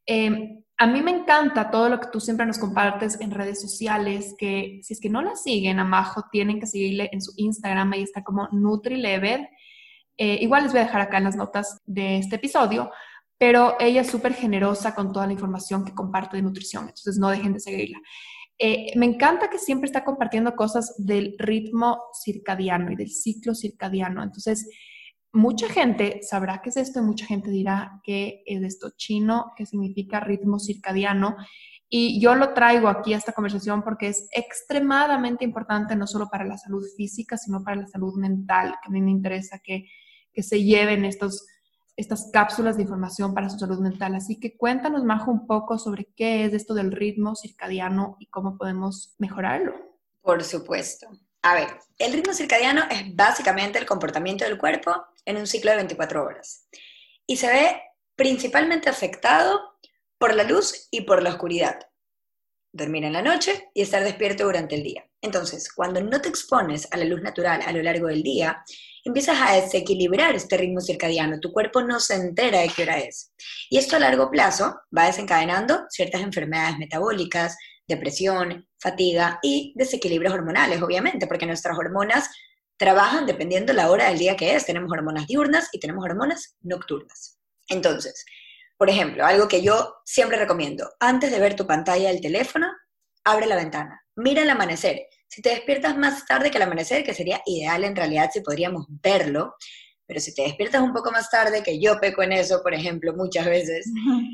S1: a mí me encanta todo lo que tú siempre nos compartes en redes sociales, que si es que no la siguen a Majo, tienen que seguirle en su Instagram, ahí está como NutriLever. Igual les voy a dejar acá en las notas de este episodio, pero ella es súper generosa con toda la información que comparte de nutrición, entonces no dejen de seguirla. Me encanta que siempre está compartiendo cosas del ritmo circadiano y del ciclo circadiano. Entonces, mucha gente sabrá qué es esto y mucha gente dirá qué es esto chino, qué significa ritmo circadiano. Y yo lo traigo aquí a esta conversación porque es extremadamente importante no solo para la salud física, sino para la salud mental, que a mí me interesa que se lleven estas cápsulas de información para su salud mental. Así que cuéntanos, Majo, un poco sobre qué es esto del ritmo circadiano y cómo podemos mejorarlo.
S2: Por supuesto. A ver, el ritmo circadiano es básicamente el comportamiento del cuerpo en un ciclo de 24 horas. Y se ve principalmente afectado por la luz y por la oscuridad. Dormir en la noche y estar despierto durante el día. Entonces, cuando no te expones a la luz natural a lo largo del día, empiezas a desequilibrar este ritmo circadiano. Tu cuerpo no se entera de qué hora es. Y esto a largo plazo va desencadenando ciertas enfermedades metabólicas, depresión, fatiga y desequilibrios hormonales, obviamente, porque nuestras hormonas trabajan dependiendo la hora del día que es. Tenemos hormonas diurnas y tenemos hormonas nocturnas. Entonces, por ejemplo, algo que yo siempre recomiendo, antes de ver tu pantalla del teléfono, abre la ventana, mira el amanecer. Si te despiertas más tarde que el amanecer, que sería ideal en realidad si podríamos verlo, pero si te despiertas un poco más tarde, que yo peco en eso, por ejemplo, muchas veces,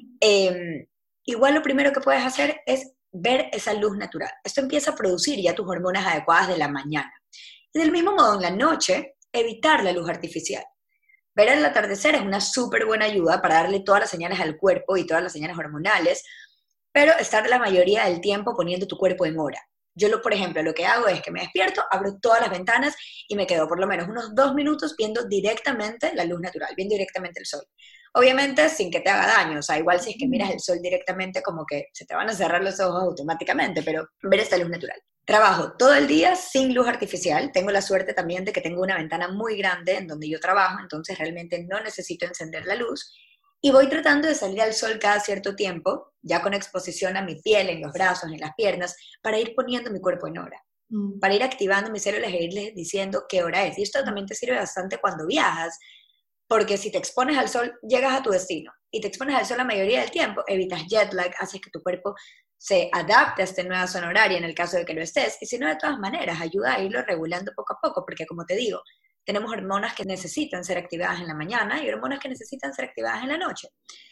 S2: igual lo primero que puedes hacer es ver esa luz natural. Esto empieza a producir ya tus hormonas adecuadas de la mañana. Y del mismo modo, en la noche, evitar la luz artificial. Ver el atardecer es una súper buena ayuda para darle todas las señales al cuerpo y todas las señales hormonales, pero estar la mayoría del tiempo poniendo tu cuerpo en hora. Yo, por ejemplo, lo que hago es que me despierto, abro todas las ventanas y me quedo por lo menos unos 2 minutos viendo directamente la luz natural, viendo directamente el sol. Obviamente sin que te haga daño, o sea, igual si es que miras el sol directamente como que se te van a cerrar los ojos automáticamente, pero ver esta luz natural. Trabajo todo el día sin luz artificial, tengo la suerte también de que tengo una ventana muy grande en donde yo trabajo, entonces realmente no necesito encender la luz, y voy tratando de salir al sol cada cierto tiempo, ya con exposición a mi piel, en los brazos, en las piernas, para ir poniendo mi cuerpo en hora, para ir activando mis células e irles diciendo qué hora es. Y esto también te sirve bastante cuando viajas, porque si te expones al sol, llegas a tu destino. Y te expones al sol la mayoría del tiempo, evitas jet lag, haces que tu cuerpo se adapte a esta nueva zona horaria en el caso de que lo estés. Y si no, de todas maneras, ayuda a irlo regulando poco a poco, porque como te digo, tenemos hormonas que necesitan ser activadas en la mañana y hormonas que necesitan ser activadas en la noche.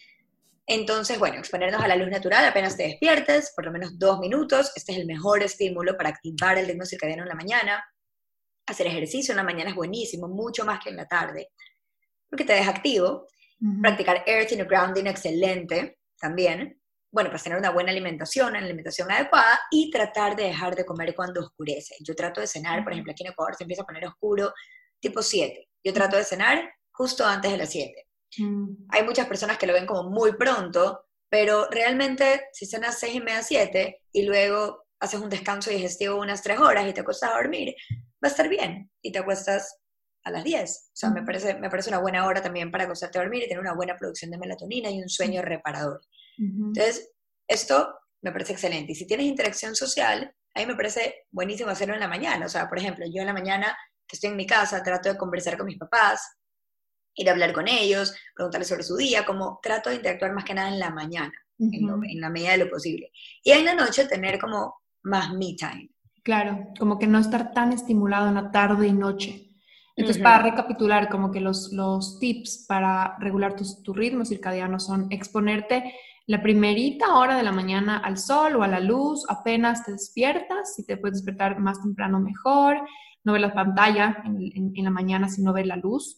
S2: Entonces, bueno, exponernos a la luz natural apenas te despiertes, por lo menos 2 minutos. Este es el mejor estímulo para activar el ritmo circadiano en la mañana. Hacer ejercicio en la mañana es buenísimo, mucho más que en la tarde, porque te deja activo. Practicar earthing o grounding, excelente también. Bueno, pues tener una buena alimentación, una alimentación adecuada y tratar de dejar de comer cuando oscurece. Yo trato de cenar, por ejemplo, aquí en Ecuador se empieza a poner oscuro tipo 7. Yo trato de cenar justo antes de las 7. Hay muchas personas que lo ven como muy pronto, pero realmente si cenas 6:30, 7 y luego haces un descanso digestivo unas 3 horas y te acuestas a dormir, va a estar bien y te acuestas a las 10. O sea, me parece una buena hora también para acostarte a dormir y tener una buena producción de melatonina y un sueño reparador. Entonces, esto me parece excelente. Y si tienes interacción social, a mí me parece buenísimo hacerlo en la mañana. O sea, por ejemplo, yo en la mañana que estoy en mi casa, trato de conversar con mis papás, ir a hablar con ellos, preguntarles sobre su día, como trato de interactuar más que nada en la mañana, en la medida de lo posible. Y en la noche tener como más me time.
S1: Claro, como que no estar tan estimulado en la tarde y noche. Entonces, para recapitular, como que los tips para regular tu ritmo circadiano son exponerte la primerita hora de la mañana al sol o a la luz, apenas te despiertas, si te puedes despertar más temprano mejor, no ver la pantalla en la mañana, sino ver la luz.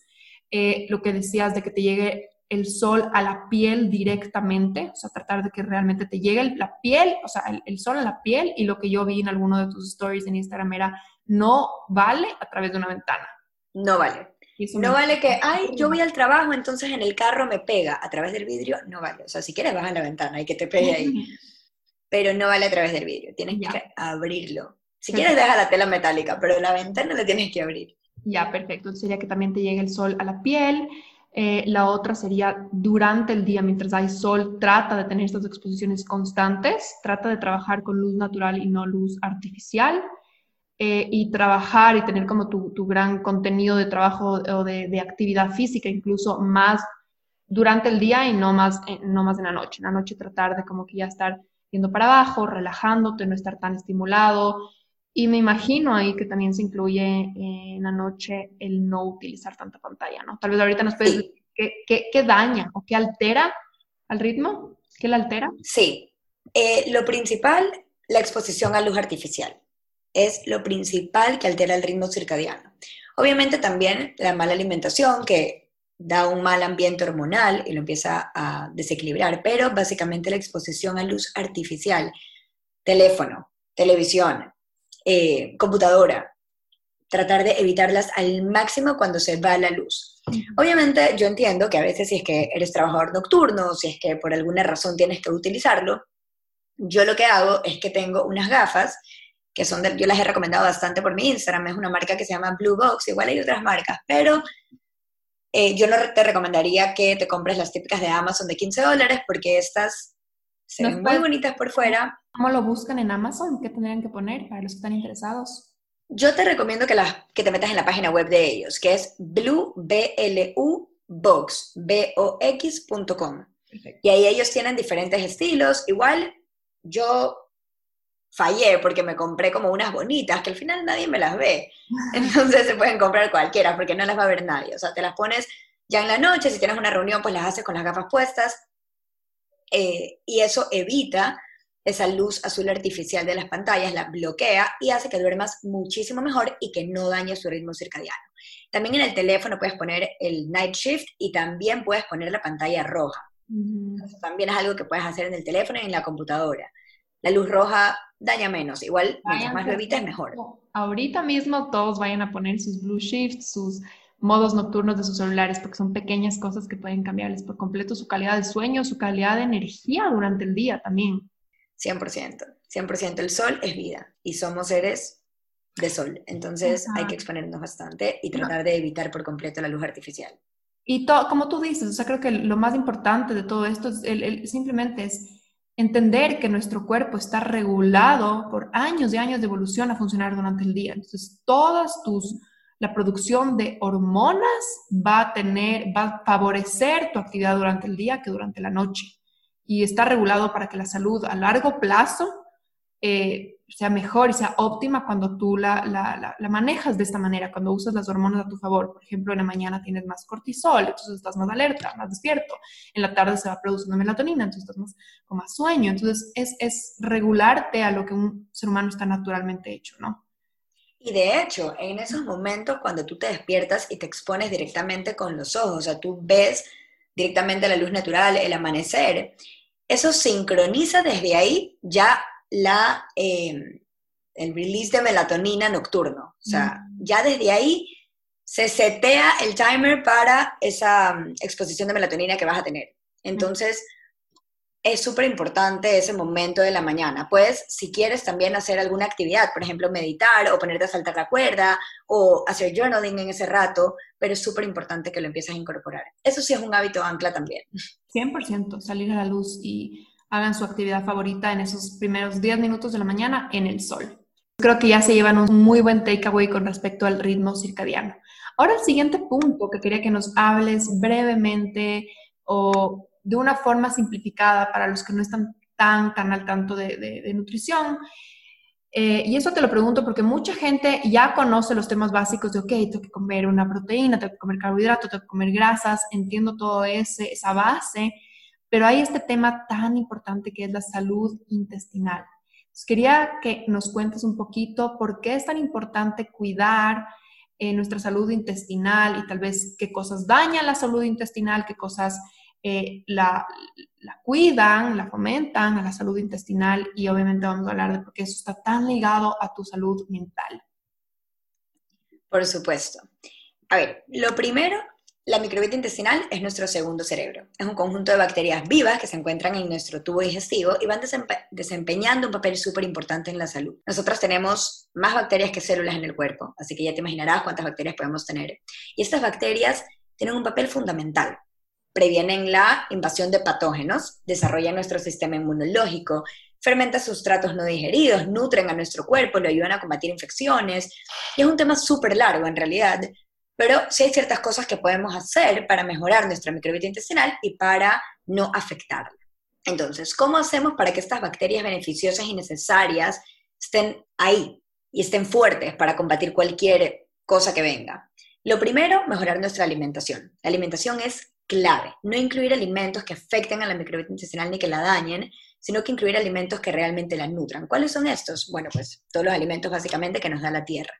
S1: Lo que decías de que te llegue el sol a la piel directamente, o sea, tratar de que realmente te llegue la piel, o sea, el sol a la piel, y lo que yo vi en alguno de tus stories en Instagram era, no vale a través de una ventana.
S2: No vale. No vale que, ay, yo voy al trabajo, entonces en el carro me pega a través del vidrio, no vale. O sea, si quieres vas a la ventana y que te pegue ahí. Pero no vale a través del vidrio, tienes que abrirlo. Si quieres deja la tela metálica, pero la ventana la tienes que abrir.
S1: Ya, perfecto. Sería que también te llegue el sol a la piel. La otra sería durante el día, mientras hay sol, trata de tener estas exposiciones constantes, trata de trabajar con luz natural y no luz artificial. Y trabajar y tener como tu gran contenido de trabajo o de actividad física, incluso más durante el día y no más en la noche. En la noche tratar de como que ya estar yendo para abajo, relajándote, no estar tan estimulado. Y me imagino ahí que también se incluye en la noche el no utilizar tanta pantalla, ¿no? Tal vez ahorita nos puedes decir
S2: Sí,
S1: qué daña o qué altera al ritmo, qué la altera.
S2: sí. Lo principal, la exposición a luz artificial. Es lo principal que altera el ritmo circadiano. Obviamente también la mala alimentación, que da un mal ambiente hormonal y lo empieza a desequilibrar, pero básicamente la exposición a luz artificial, teléfono, televisión, computadora, tratar de evitarlas al máximo cuando se va la luz. Obviamente yo entiendo que a veces si es que eres trabajador nocturno, si es que por alguna razón tienes que utilizarlo, yo lo que hago es que tengo unas gafas que son yo las he recomendado bastante por mi Instagram, es una marca que se llama Blue Box, igual hay otras marcas, pero yo no te recomendaría que te compres las típicas de Amazon de $15 porque estas se
S1: ¿Nos
S2: ven muy
S1: puedes
S2: bonitas por fuera.
S1: cómo lo buscan en Amazon? ¿Qué tendrían que poner para los que están interesados?
S2: Yo te recomiendo que te metas en la página web de ellos, que es Box, box.com.
S1: Perfecto.
S2: Y ahí ellos tienen diferentes estilos. Igual yo fallé porque me compré como unas bonitas que al final nadie me las ve. Entonces se pueden comprar cualquiera porque no las va a ver nadie. O sea, te las pones ya en la noche, si tienes una reunión, pues las haces con las gafas puestas. Y eso evita esa luz azul artificial de las pantallas, la bloquea y hace que duermas muchísimo mejor y que no dañes tu ritmo circadiano. También en el teléfono puedes poner el night shift y también puedes poner la pantalla roja. Eso también es algo que puedes hacer en el teléfono y en la computadora. La luz roja daña menos, igual mientras más
S1: Váyanse
S2: lo
S1: a
S2: evites
S1: hacer
S2: mejor.
S1: esto. Ahorita mismo todos vayan a poner sus blue shifts, sus modos nocturnos de sus celulares, porque son pequeñas cosas que pueden cambiarles por completo su calidad de sueño, su calidad de energía durante el día también.
S2: 100%, 100%. El sol es vida y somos seres de sol, entonces hay que
S1: Ajá.
S2: exponernos bastante y
S1: No,
S2: tratar de evitar por completo la luz artificial.
S1: y como tú dices, o sea, creo que lo más importante de todo esto es simplemente es entender que nuestro cuerpo está regulado por años y años de evolución a funcionar durante el día. Entonces, la producción de hormonas va a favorecer tu actividad durante el día que durante la noche. Y está regulado para que la salud a largo plazo sea mejor y sea óptima cuando tú la manejas de esta manera, cuando usas las hormonas a tu favor. Por ejemplo, en la mañana tienes más cortisol, entonces estás más alerta, más despierto. En la tarde se va produciendo melatonina, entonces estás más, con más sueño. Entonces es regularte a lo que un ser humano está naturalmente hecho, ¿no?
S2: Y de hecho, en esos momentos cuando tú te despiertas y te expones directamente con los ojos, o sea, tú ves directamente la luz natural, el amanecer, eso sincroniza desde ahí ya el release de melatonina nocturno. O sea,
S1: Mm.
S2: ya desde ahí se setea el timer para esa exposición de melatonina que vas a tener. Entonces, es súper importante ese momento de la mañana. Puedes, si quieres, también hacer alguna actividad, por ejemplo, meditar o ponerte a saltar la cuerda o hacer journaling en ese rato, pero es súper importante que lo empieces a incorporar. Eso sí es un hábito ancla también.
S1: 100% salir a la luz y hagan su actividad favorita en esos primeros 10 minutos de la mañana en el sol. Creo que ya se llevan un muy buen takeaway con respecto al ritmo circadiano. Ahora el siguiente punto que quería que nos hables brevemente o de una forma simplificada para los que no están tan al tanto de nutrición. Y eso te lo pregunto porque mucha gente ya conoce los temas básicos de, ok, tengo que comer una proteína, tengo que comer carbohidratos, tengo que comer grasas, entiendo todo esa base, pero hay este tema tan importante que es la salud intestinal. Entonces, quería que nos cuentes un poquito por qué es tan importante cuidar nuestra salud intestinal y tal vez qué cosas dañan la salud intestinal, qué cosas la cuidan, la fomentan a la salud intestinal y obviamente vamos a hablar de por qué eso está tan ligado a tu salud mental.
S2: Por supuesto. A ver, lo primero, la microbiota intestinal es nuestro segundo cerebro. Es un conjunto de bacterias vivas que se encuentran en nuestro tubo digestivo y van desempeñando un papel súper importante en la salud. Nosotros tenemos más bacterias que células en el cuerpo, así que ya te imaginarás cuántas bacterias podemos tener. Y estas bacterias tienen un papel fundamental. Previenen la invasión de patógenos, desarrollan nuestro sistema inmunológico, fermentan sustratos no digeridos, nutren a nuestro cuerpo, lo ayudan a combatir infecciones. Y es un tema súper largo en realidad, Pero sí hay ciertas cosas que podemos hacer para mejorar nuestra microbiota intestinal y para no afectarla. Entonces, ¿cómo hacemos para que estas bacterias beneficiosas y necesarias estén ahí y estén fuertes para combatir cualquier cosa que venga? Lo primero, mejorar nuestra alimentación. La alimentación es clave. No incluir alimentos que afecten a la microbiota intestinal ni que la dañen, sino que incluir alimentos que realmente la nutran. ¿Cuáles son estos? Bueno, pues todos los alimentos básicamente que nos da la tierra.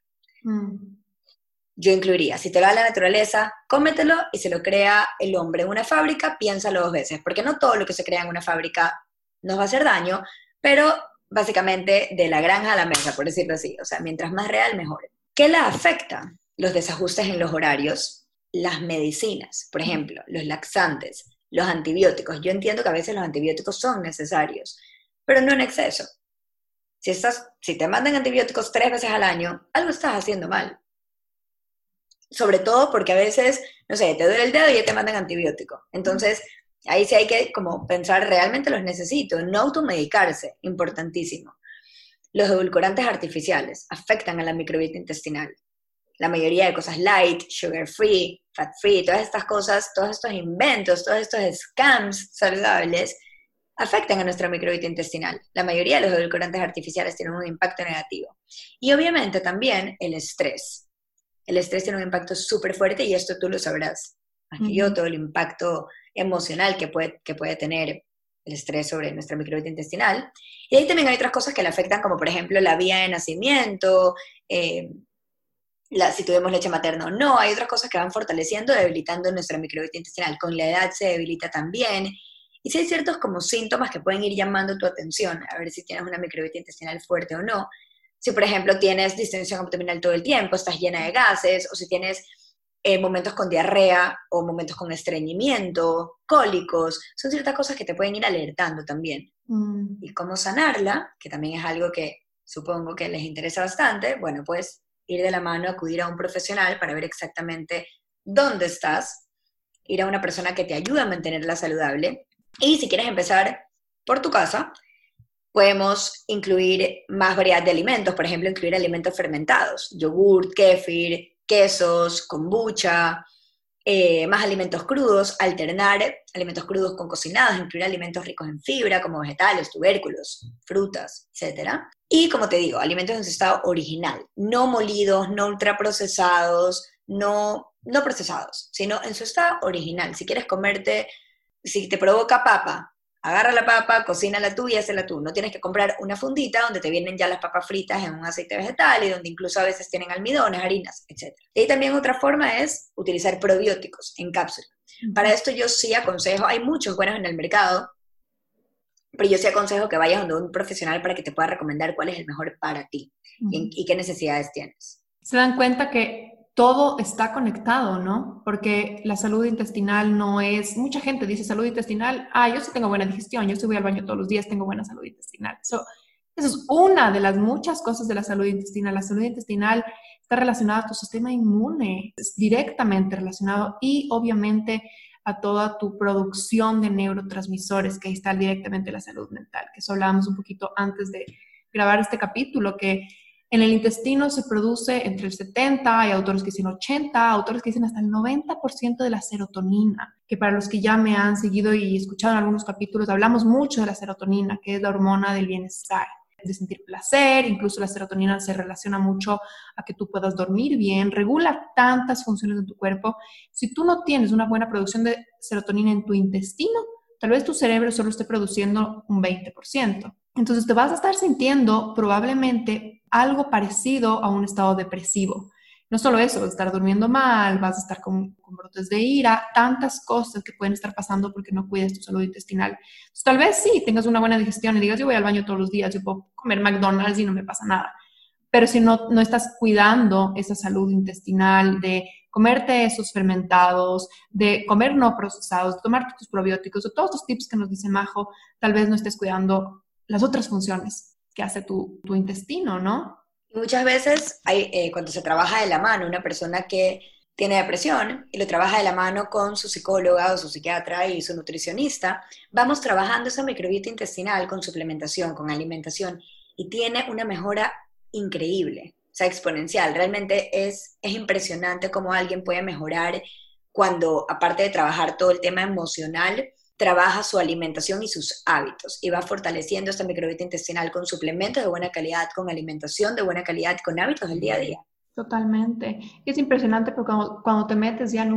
S2: Yo incluiría, si te lo da la naturaleza, cómetelo, y si lo crea el hombre en una fábrica, piénsalo 2 veces, porque no todo lo que se crea en una fábrica nos va a hacer daño, pero básicamente de la granja a la mesa, por decirlo así. O sea, mientras más real, mejor. ¿Qué la afecta? Los desajustes en los horarios, las medicinas, por ejemplo, los laxantes, los antibióticos. Yo entiendo que a veces los antibióticos son necesarios, pero no en exceso. Si te mandan antibióticos 3 veces al año, algo estás haciendo mal. Sobre todo porque a veces, no sé, te duele el dedo y ya te mandan antibiótico. Entonces, ahí sí hay que como pensar, ¿realmente los necesito? No automedicarse, importantísimo. Los edulcorantes artificiales afectan a la microbiota intestinal. La mayoría de cosas light, sugar free, fat free, todas estas cosas, todos estos inventos, todos estos scams saludables, afectan a nuestra microbiota intestinal. La mayoría de los edulcorantes artificiales tienen un impacto negativo. Y obviamente también el estrés. El estrés tiene un impacto súper fuerte, y esto tú lo sabrás más que yo, todo el impacto emocional que puede tener el estrés sobre nuestra microbiota intestinal. Y ahí también hay otras cosas que le afectan, como por ejemplo la vía de nacimiento, si tuvimos leche materna o no. Hay otras cosas que van fortaleciendo, debilitando nuestra microbiota intestinal. Con la edad se debilita también. Y si hay ciertos como síntomas que pueden ir llamando tu atención, a ver si tienes una microbiota intestinal fuerte o no. Si, por ejemplo, tienes distensión abdominal todo el tiempo, estás llena de gases, o si tienes momentos con diarrea o momentos con estreñimiento, cólicos, son ciertas cosas que te pueden ir alertando también. Y cómo sanarla, que también es algo que supongo que les interesa bastante, bueno, pues ir de la mano, acudir a un profesional para ver exactamente dónde estás, ir a una persona que te ayude a mantenerla saludable. Y si quieres empezar por tu casa, podemos incluir más variedad de alimentos, por ejemplo, incluir alimentos fermentados, yogurt, kéfir, quesos, kombucha, más alimentos crudos, alternar alimentos crudos con cocinados, incluir alimentos ricos en fibra, como vegetales, tubérculos, frutas, etc. Y como te digo, alimentos en su estado original, no molidos, no ultraprocesados, no procesados, sino en su estado original. Si quieres comerte, si te provoca papa, agarra la papa, cocínala tú y hazla tú. No tienes que comprar una fundita donde te vienen ya las papas fritas en un aceite vegetal y donde incluso a veces tienen almidones, harinas, etc. Y también otra forma es utilizar probióticos en cápsula. Para esto yo sí aconsejo, hay muchos buenos en el mercado, pero yo sí aconsejo que vayas donde un profesional para que te pueda recomendar cuál es el mejor para ti y qué necesidades tienes.
S1: Se dan cuenta que todo está conectado, ¿no? Porque la salud intestinal no es... Mucha gente dice salud intestinal, yo sí tengo buena digestión, yo sí voy al baño todos los días, tengo buena salud intestinal. Eso es una de las muchas cosas de la salud intestinal. La salud intestinal está relacionada a tu sistema inmune, es directamente relacionado, y obviamente a toda tu producción de neurotransmisores, que ahí está directamente la salud mental, que eso hablábamos un poquito antes de grabar este capítulo, que en el intestino se produce entre el 70, hay autores que dicen 80, autores que dicen hasta el 90% de la serotonina, que para los que ya me han seguido y escuchado en algunos capítulos, hablamos mucho de la serotonina, que es la hormona del bienestar, de sentir placer. Incluso la serotonina se relaciona mucho a que tú puedas dormir bien, regula tantas funciones de tu cuerpo. Si tú no tienes una buena producción de serotonina en tu intestino, tal vez tu cerebro solo esté produciendo un 20%. Entonces te vas a estar sintiendo probablemente algo parecido a un estado depresivo. No solo eso, vas a estar durmiendo mal, vas a estar con brotes de ira, tantas cosas que pueden estar pasando porque no cuidas tu salud intestinal. Entonces, tal vez sí tengas una buena digestión y digas, yo voy al baño todos los días, yo puedo comer McDonald's y no me pasa nada. Pero si no estás cuidando esa salud intestinal, de comerte esos fermentados, de comer no procesados, de tomarte tus probióticos, de todos los tips que nos dice Majo, tal vez no estés cuidando las otras funciones que hace tu intestino, ¿no?
S2: Muchas veces cuando se trabaja de la mano, una persona que tiene depresión y lo trabaja de la mano con su psicóloga o su psiquiatra y su nutricionista, vamos trabajando esa microbiota intestinal con suplementación, con alimentación, y tiene una mejora increíble. O sea, exponencial. Realmente es impresionante cómo alguien puede mejorar cuando, aparte de trabajar todo el tema emocional, trabaja su alimentación y sus hábitos y va fortaleciendo esta microbiota intestinal con suplementos de buena calidad, con alimentación de buena calidad, con hábitos del día a día.
S1: Totalmente. Es impresionante porque cuando te metes ya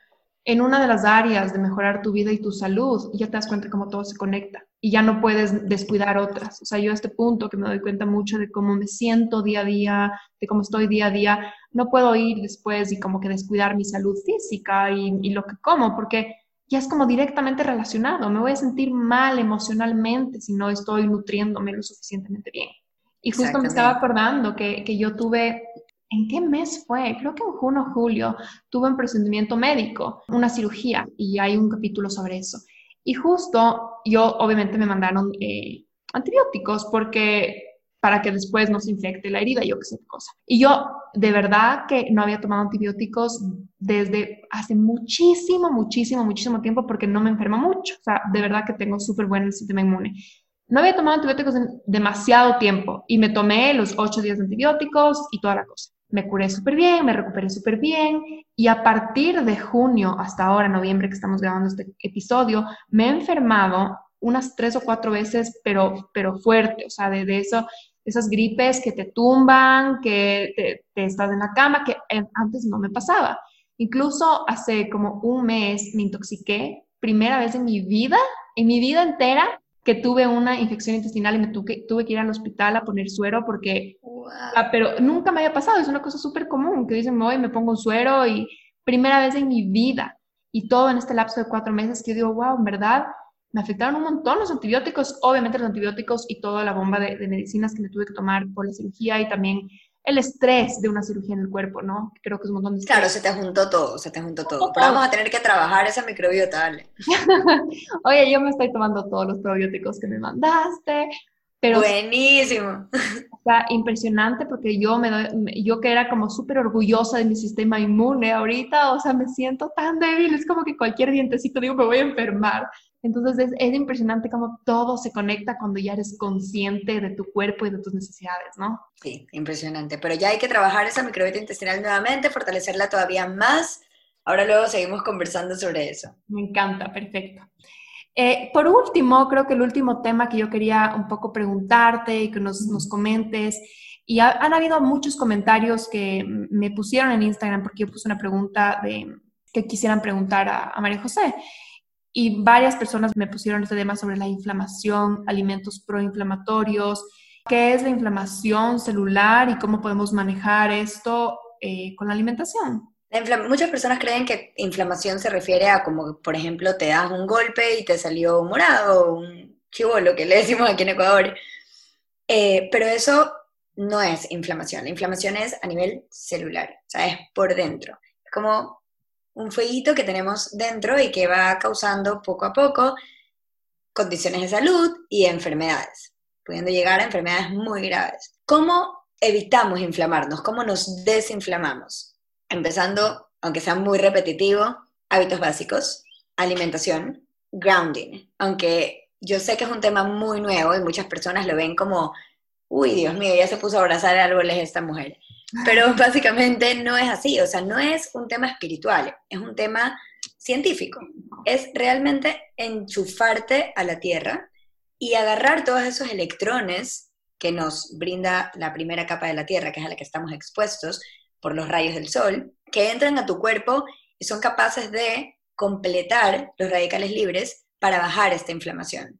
S1: en una de las áreas de mejorar tu vida y tu salud, ya te das cuenta cómo todo se conecta y ya no puedes descuidar otras. O sea, yo a este punto que me doy cuenta mucho de cómo me siento día a día, de cómo estoy día a día, no puedo ir después y como que descuidar mi salud física y lo que como, porque ya es como directamente relacionado. Me voy a sentir mal emocionalmente si no estoy nutriéndome lo suficientemente bien. Y justo me estaba
S2: Exactamente.
S1: acordando que yo tuve, ¿en qué mes fue? Creo que en junio o julio tuve un procedimiento médico, una cirugía, y hay un capítulo sobre eso. Y justo yo, obviamente, me mandaron antibióticos porque para que después no se infecte la herida, yo qué sé qué cosa. Y yo, de verdad, que no había tomado antibióticos desde hace muchísimo, muchísimo, muchísimo tiempo porque no me enfermo mucho. O sea, de verdad que tengo súper buen el sistema inmune. No había tomado antibióticos en demasiado tiempo y me tomé los 8 días de antibióticos y toda la cosa. Me curé súper bien, me recuperé súper bien y a partir de junio hasta ahora, noviembre, que estamos grabando este episodio, me he enfermado unas 3 o 4 veces, pero fuerte, o sea, de eso, esas gripes que te tumban, que te estás en la cama, que antes no me pasaba. Incluso hace como un mes me intoxiqué, primera vez en mi vida entera, que tuve una infección intestinal y tuve que ir al hospital a poner suero porque,
S2: Wow.
S1: pero nunca me había pasado, es una cosa súper común, que dicen, me voy, me pongo un suero y primera vez en mi vida. Y todo en este lapso de 4 meses que yo digo, wow, en verdad, me afectaron un montón los antibióticos, obviamente los antibióticos y toda la bomba de medicinas que me tuve que tomar por la cirugía y también el estrés de una cirugía en el cuerpo, ¿no? Creo que es un montón de
S2: Claro,
S1: estrés.
S2: se te juntó todo, se te juntó todo. Pero
S1: Todo.
S2: vamos a tener que trabajar esa microbiota, dale.
S1: Oye, yo me estoy tomando todos los probióticos que me mandaste, pero
S2: Buenísimo.
S1: está impresionante porque yo que era como súper orgullosa de mi sistema inmune ahorita, o sea, me siento tan débil, es como que cualquier dientecito digo, me voy a enfermar. Entonces es impresionante cómo todo se conecta cuando ya eres consciente de tu cuerpo y de tus necesidades, ¿no?
S2: Sí, impresionante. Pero ya hay que trabajar esa microbiota intestinal nuevamente, fortalecerla todavía más. Ahora luego seguimos conversando sobre eso.
S1: Me encanta, perfecto. Por último, creo que el último tema que yo quería un poco preguntarte y que nos comentes, y han habido muchos comentarios que me pusieron en Instagram porque yo puse una pregunta que quisieran preguntar a María José. Y varias personas me pusieron este tema sobre la inflamación, alimentos proinflamatorios, qué es la inflamación celular y cómo podemos manejar esto con la alimentación.
S2: Muchas personas creen que inflamación se refiere a como, por ejemplo, te das un golpe y te salió morado, un chivolo, que le decimos aquí en Ecuador. Pero eso no es inflamación. La inflamación es a nivel celular, o sea, es por dentro. Es como un fueguito que tenemos dentro y que va causando poco a poco condiciones de salud y enfermedades, pudiendo llegar a enfermedades muy graves. ¿Cómo evitamos inflamarnos? ¿Cómo nos desinflamamos? Empezando, aunque sea muy repetitivo, hábitos básicos, alimentación, grounding. Aunque yo sé que es un tema muy nuevo y muchas personas lo ven como, uy, Dios mío, ya se puso a abrazar árboles esta mujer. Pero básicamente no es así, o sea, no es un tema espiritual, es un tema científico. Es realmente enchufarte a la Tierra y agarrar todos esos electrones que nos brinda la primera capa de la Tierra, que es a la que estamos expuestos por los rayos del sol, que entran a tu cuerpo y son capaces de completar los radicales libres para bajar esta inflamación.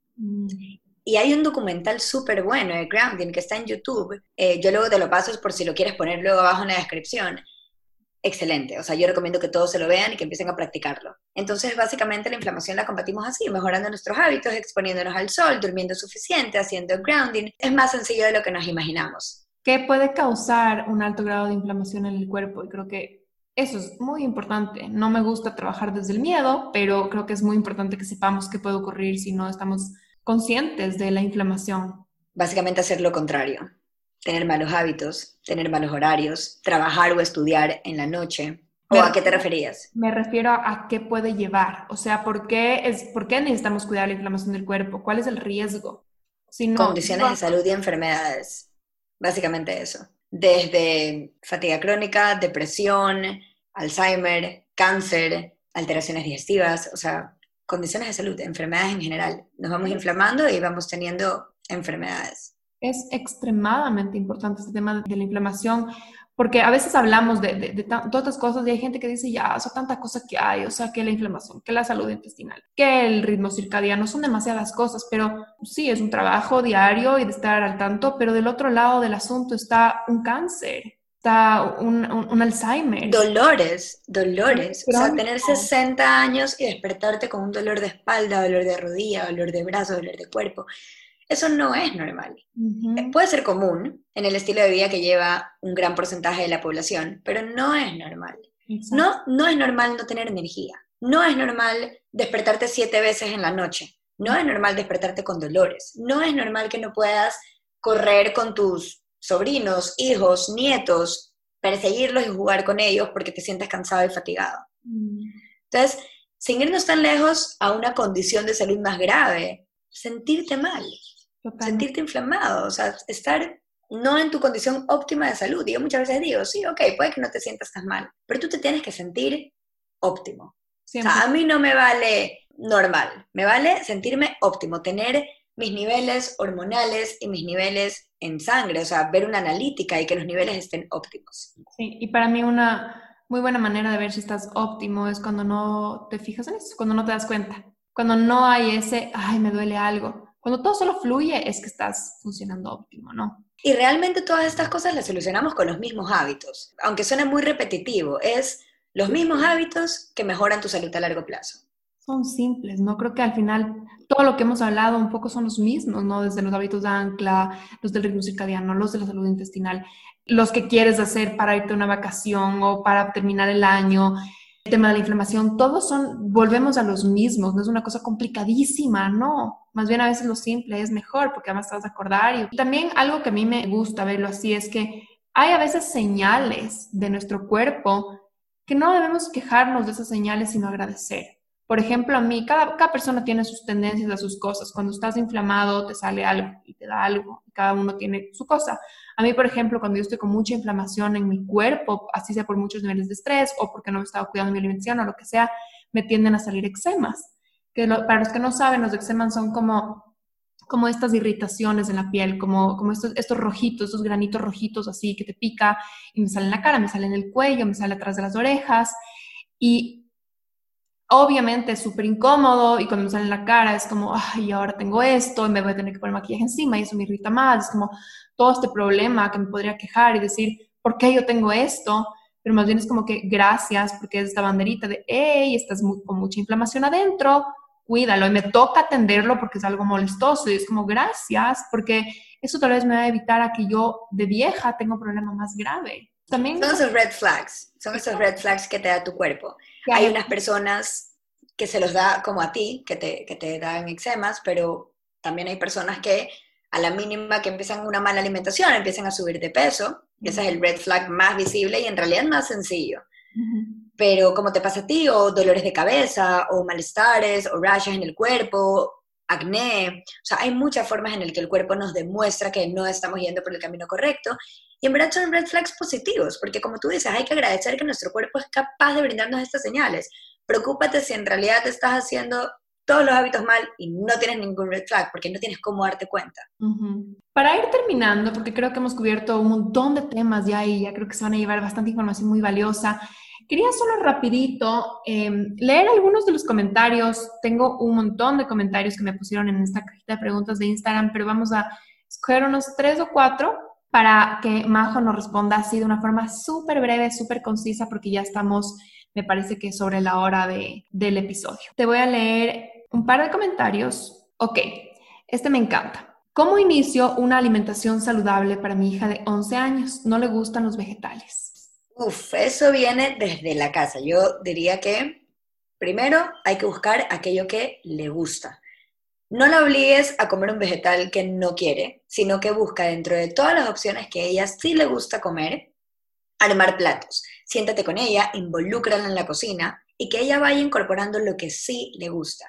S2: Y hay un documental súper bueno de Grounding que está en YouTube. Yo luego te lo paso por si lo quieres poner luego abajo en la descripción. Excelente, o sea, yo recomiendo que todos se lo vean y que empiecen a practicarlo. Entonces, básicamente la inflamación la combatimos así, mejorando nuestros hábitos, exponiéndonos al sol, durmiendo suficiente, haciendo grounding. Es más sencillo de lo que nos imaginamos.
S1: ¿Qué puede causar un alto grado de inflamación en el cuerpo? Y creo que eso es muy importante. No me gusta trabajar desde el miedo, pero creo que es muy importante que sepamos qué puede ocurrir si no estamos conscientes de la inflamación.
S2: Básicamente hacer lo contrario, tener malos hábitos, tener malos horarios, trabajar o estudiar en la noche. ¿O
S1: Me
S2: a qué te
S1: refiero,
S2: referías?
S1: me refiero a qué puede llevar. O sea, ¿por qué necesitamos cuidar la inflamación del cuerpo? ¿Cuál es el riesgo? Si no,
S2: Condiciones de salud y enfermedades. Básicamente eso. desde fatiga crónica, depresión, Alzheimer, cáncer, alteraciones digestivas, o sea, condiciones de salud, enfermedades en general. Nos vamos inflamando y vamos teniendo enfermedades.
S1: Es extremadamente importante este tema de la inflamación, porque a veces hablamos de todas estas cosas y hay gente que dice, ya, o sea, tanta cosa que hay, o sea, que la inflamación, que la salud intestinal, que el ritmo circadiano, son demasiadas cosas, pero sí, es un trabajo diario y de estar al tanto, pero del otro lado del asunto está un cáncer, está un Alzheimer.
S2: Dolores. O sea,
S1: Crónico.
S2: tener 60 años y despertarte con un dolor de espalda, dolor de rodilla, dolor de brazo, dolor de cuerpo. Eso no es normal.
S1: Ujú.
S2: Puede ser común en el estilo de vida que lleva un gran porcentaje de la población, pero no es normal.
S1: Exacto.
S2: No es normal no tener energía. No es normal despertarte 7 veces en la noche. No es normal despertarte con dolores. No es normal que no puedas correr con tus sobrinos, hijos, nietos, perseguirlos y jugar con ellos porque te sientes cansado y fatigado.
S1: Mm,
S2: Entonces, sin irnos tan lejos a una condición de salud más grave, sentirte mal,
S1: Totalmente.
S2: sentirte inflamado, o sea, estar no en tu condición óptima de salud. Y yo muchas veces digo, sí, ok, puede que no te sientas tan mal, pero tú te tienes que sentir óptimo. O sea,
S1: 100%.
S2: a mí no me vale normal, me vale sentirme óptimo, tener mis niveles hormonales y mis niveles en sangre, o sea, ver una analítica y que los niveles estén óptimos.
S1: Sí, y para mí una muy buena manera de ver si estás óptimo es cuando no te fijas en eso, cuando no te das cuenta, cuando no hay ese, ay, me duele algo. Cuando todo solo fluye es que estás funcionando óptimo, ¿no?
S2: Y realmente todas estas cosas las solucionamos con los mismos hábitos, aunque suene muy repetitivo, es los mismos hábitos que mejoran tu salud a largo plazo.
S1: Son simples, ¿no? Creo que al final todo lo que hemos hablado un poco son los mismos, ¿no? Desde los hábitos de ancla, los del ritmo circadiano, los de la salud intestinal, los que quieres hacer para irte a una vacación o para terminar el año, el tema de la inflamación, todos son, volvemos a los mismos, no es una cosa complicadísima, no. Más bien a veces lo simple es mejor porque además te vas a acordar. Y también algo que a mí me gusta verlo así es que hay a veces señales de nuestro cuerpo que no debemos quejarnos de esas señales, sino agradecer. Por ejemplo, a mí, cada persona tiene sus tendencias a sus cosas. Cuando estás inflamado, te sale algo y te da algo. Cada uno tiene su cosa. A mí, por ejemplo, cuando yo estoy con mucha inflamación en mi cuerpo, así sea por muchos niveles de estrés o porque no he estado cuidando mi alimentación o lo que sea, me tienden a salir eczemas. Para los que no saben, los eczemas son como estas irritaciones en la piel, como estos rojitos, estos granitos rojitos así que te pica y me sale en la cara, me sale en el cuello, me sale atrás de las orejas. Y obviamente es súper incómodo y cuando me sale en la cara es como, ay, ahora tengo esto y me voy a tener que poner maquillaje encima y eso me irrita más. Es como todo este problema que me podría quejar y decir, ¿por qué yo tengo esto? Pero más bien es como que gracias porque es esta banderita de, hey, estás con mucha inflamación adentro, cuídalo. Y me toca atenderlo porque es algo molestoso y es como gracias porque eso tal vez me va a evitar a que yo de vieja tenga un problema más grave. También
S2: Son esos red flags que te da tu cuerpo.
S1: que
S2: Hay
S1: haya.
S2: unas personas que se los da como a ti, que te dan eczemas, pero también hay personas que a la mínima que empiezan una mala alimentación, empiezan a subir de peso, y ese es el red flag más visible y en realidad más sencillo. Pero como te pasa a ti, o dolores de cabeza, o malestares, o rashes en el cuerpo, acné, o sea, hay muchas formas en las que el cuerpo nos demuestra que no estamos yendo por el camino correcto, y en verdad son red flags positivos, porque como tú dices, hay que agradecer que nuestro cuerpo es capaz de brindarnos estas señales. Preocúpate si en realidad te estás haciendo todos los hábitos mal y no tienes ningún red flag, porque no tienes cómo darte cuenta.
S1: Para ir terminando, porque creo que hemos cubierto un montón de temas ya y ya creo que se van a llevar bastante información muy valiosa, quería solo rapidito leer algunos de los comentarios. Tengo un montón de comentarios que me pusieron en esta cajita de preguntas de Instagram, pero vamos a escoger unos 3 o 4 para que Majo nos responda así de una forma súper breve, súper concisa, porque ya estamos, me parece que sobre la hora del episodio. Te voy a leer un par de comentarios. Ok, este me encanta. ¿Cómo inicio una alimentación saludable para mi hija de 11 años? No le gustan los vegetales.
S2: Uf, eso viene desde la casa. Yo diría que primero hay que buscar aquello que le gusta. No la obligues a comer un vegetal que no quiere, sino que busca dentro de todas las opciones que a ella sí le gusta comer, armar platos. Siéntate con ella, involúcrala en la cocina y que ella vaya incorporando lo que sí le gusta.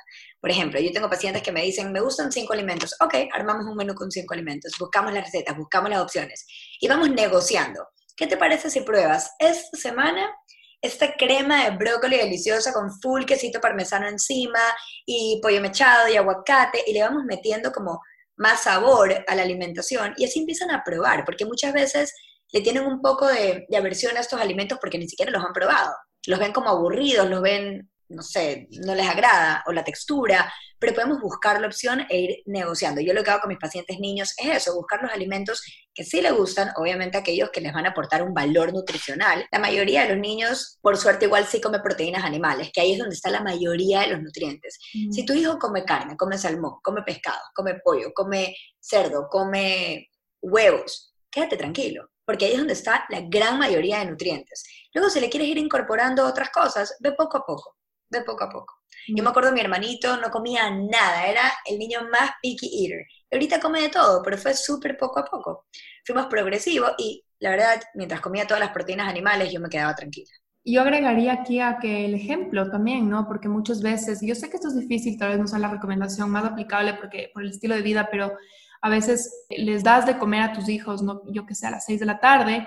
S2: Por ejemplo, yo tengo pacientes que me dicen, me gustan 5 alimentos. Ok, armamos un menú con 5 alimentos, buscamos las recetas, buscamos las opciones y vamos negociando. ¿Qué te parece si pruebas esta semana esta crema de brócoli deliciosa con full quesito parmesano encima y pollo mechado y aguacate y le vamos metiendo como más sabor a la alimentación y así empiezan a probar, porque muchas veces le tienen un poco de aversión a estos alimentos porque ni siquiera los han probado. Los ven como aburridos, los ven, no sé, no les agrada, o la textura, pero podemos buscar la opción e ir negociando. Yo lo que hago con mis pacientes niños es eso, buscar los alimentos que sí les gustan, obviamente aquellos que les van a aportar un valor nutricional. La mayoría de los niños, por suerte, igual sí come proteínas animales, que ahí es donde está la mayoría de los nutrientes. Si tu hijo come carne, come salmón, come pescado, come pollo, come cerdo, come huevos, quédate tranquilo, porque ahí es donde está la gran mayoría de nutrientes. Luego, si le quieres ir incorporando otras cosas, ve poco a poco, ve poco a poco. Yo me acuerdo mi hermanito no comía nada, era el niño más picky eater. Y ahorita come de todo, pero fue súper poco a poco. Fuimos progresivos y la verdad, mientras comía todas las proteínas animales, yo me quedaba tranquila.
S1: Yo agregaría aquí a que el ejemplo también, ¿no? Porque muchas veces, yo sé que esto es difícil, tal vez no sea la recomendación más aplicable porque, por el estilo de vida, pero a veces les das de comer a tus hijos, ¿no? Yo que sé, a las 6 de la tarde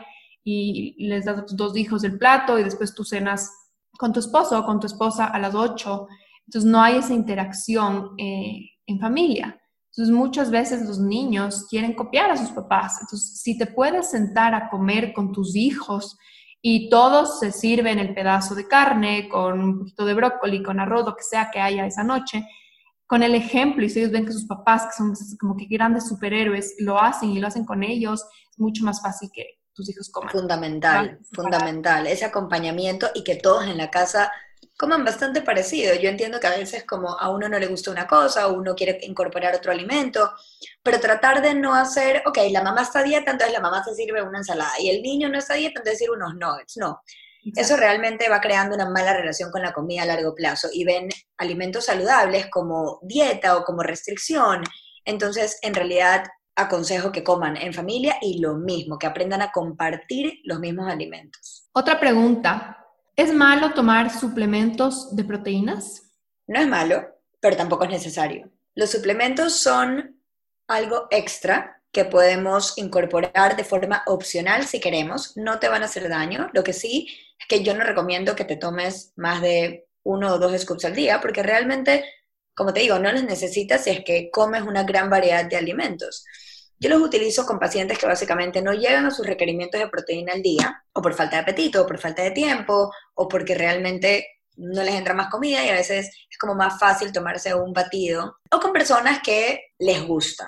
S1: y les das a tus 2 hijos el plato y después tú cenas con tu esposo o con tu esposa a las 8. Entonces no hay esa interacción en familia. Entonces muchas veces los niños quieren copiar a sus papás. Entonces si te puedes sentar a comer con tus hijos y todos se sirven el pedazo de carne con un poquito de brócoli, con arroz, lo que sea que haya esa noche, con el ejemplo, y si ellos ven que sus papás, que son como que grandes superhéroes, lo hacen y lo hacen con ellos, es mucho más fácil que tus hijos coman.
S2: Fundamental, fundamental, ese acompañamiento y que todos en la casa coman bastante parecido. Yo entiendo que a veces como a uno no le gusta una cosa, o uno quiere incorporar otro alimento, pero tratar de no hacer, ok, la mamá está a dieta, entonces la mamá se sirve una ensalada, y el niño no está a dieta, entonces sirve unos nuggets, no. Exacto. Eso realmente va creando una mala relación con la comida a largo plazo, y ven alimentos saludables como dieta o como restricción, entonces en realidad aconsejo que coman en familia y lo mismo, que aprendan a compartir los mismos alimentos.
S1: Otra pregunta. ¿Es malo tomar suplementos de proteínas?
S2: No es malo, pero tampoco es necesario. Los suplementos son algo extra que podemos incorporar de forma opcional si queremos. No te van a hacer daño. Lo que sí es que yo no recomiendo que te tomes más de 1 o 2 scoops al día, porque realmente, como te digo, no los necesitas si es que comes una gran variedad de alimentos. Yo los utilizo con pacientes que básicamente no llegan a sus requerimientos de proteína al día, o por falta de apetito, o por falta de tiempo, o porque realmente no les entra más comida y a veces es como más fácil tomarse un batido, o con personas que les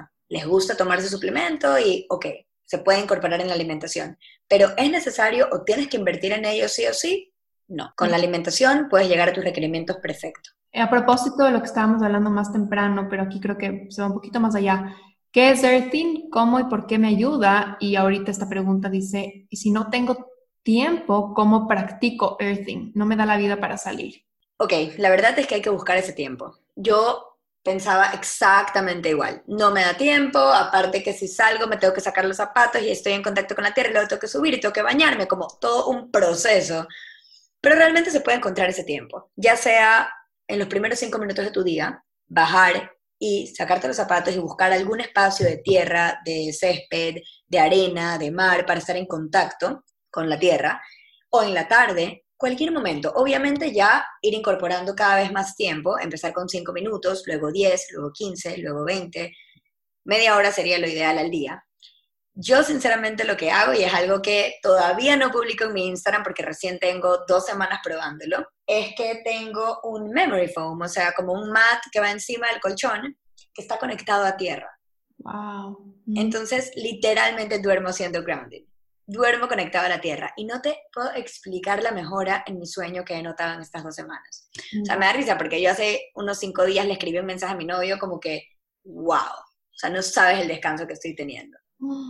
S2: gusta tomarse suplemento y, ok, se puede incorporar en la alimentación, pero ¿es necesario o tienes que invertir en ello sí o sí? No, con la alimentación puedes llegar a tus requerimientos perfecto.
S1: A propósito de lo que estábamos hablando más temprano, pero aquí creo que se va un poquito más allá. ¿Qué es earthing? ¿Cómo y por qué me ayuda? Y ahorita esta pregunta dice, ¿y si no tengo tiempo, cómo practico earthing? No me da la vida para salir.
S2: Ok, la verdad es que hay que buscar ese tiempo. Yo pensaba exactamente igual. No me da tiempo, aparte que si salgo me tengo que sacar los zapatos y estoy en contacto con la tierra y luego tengo que subir y tengo que bañarme, como todo un proceso. Pero realmente se puede encontrar ese tiempo, ya sea en los primeros 5 minutos de tu día, bajar y sacarte los zapatos y buscar algún espacio de tierra, de césped, de arena, de mar, para estar en contacto con la tierra, o en la tarde, cualquier momento. Obviamente ya ir incorporando cada vez más tiempo, empezar con 5 minutos, luego 10, luego 15, luego 20, media hora sería lo ideal al día. Yo sinceramente lo que hago, y es algo que todavía no publico en mi Instagram porque recién tengo 2 semanas probándolo, es que tengo un memory foam, o sea, como un mat que va encima del colchón que está conectado a tierra.
S1: Wow.
S2: Entonces, literalmente duermo haciendo grounding. Duermo conectado a la tierra. Y no te puedo explicar la mejora en mi sueño que he notado en estas 2 semanas. O sea, me da risa porque yo hace unos 5 días le escribí un mensaje a mi novio como que, wow, o sea, no sabes el descanso que estoy teniendo.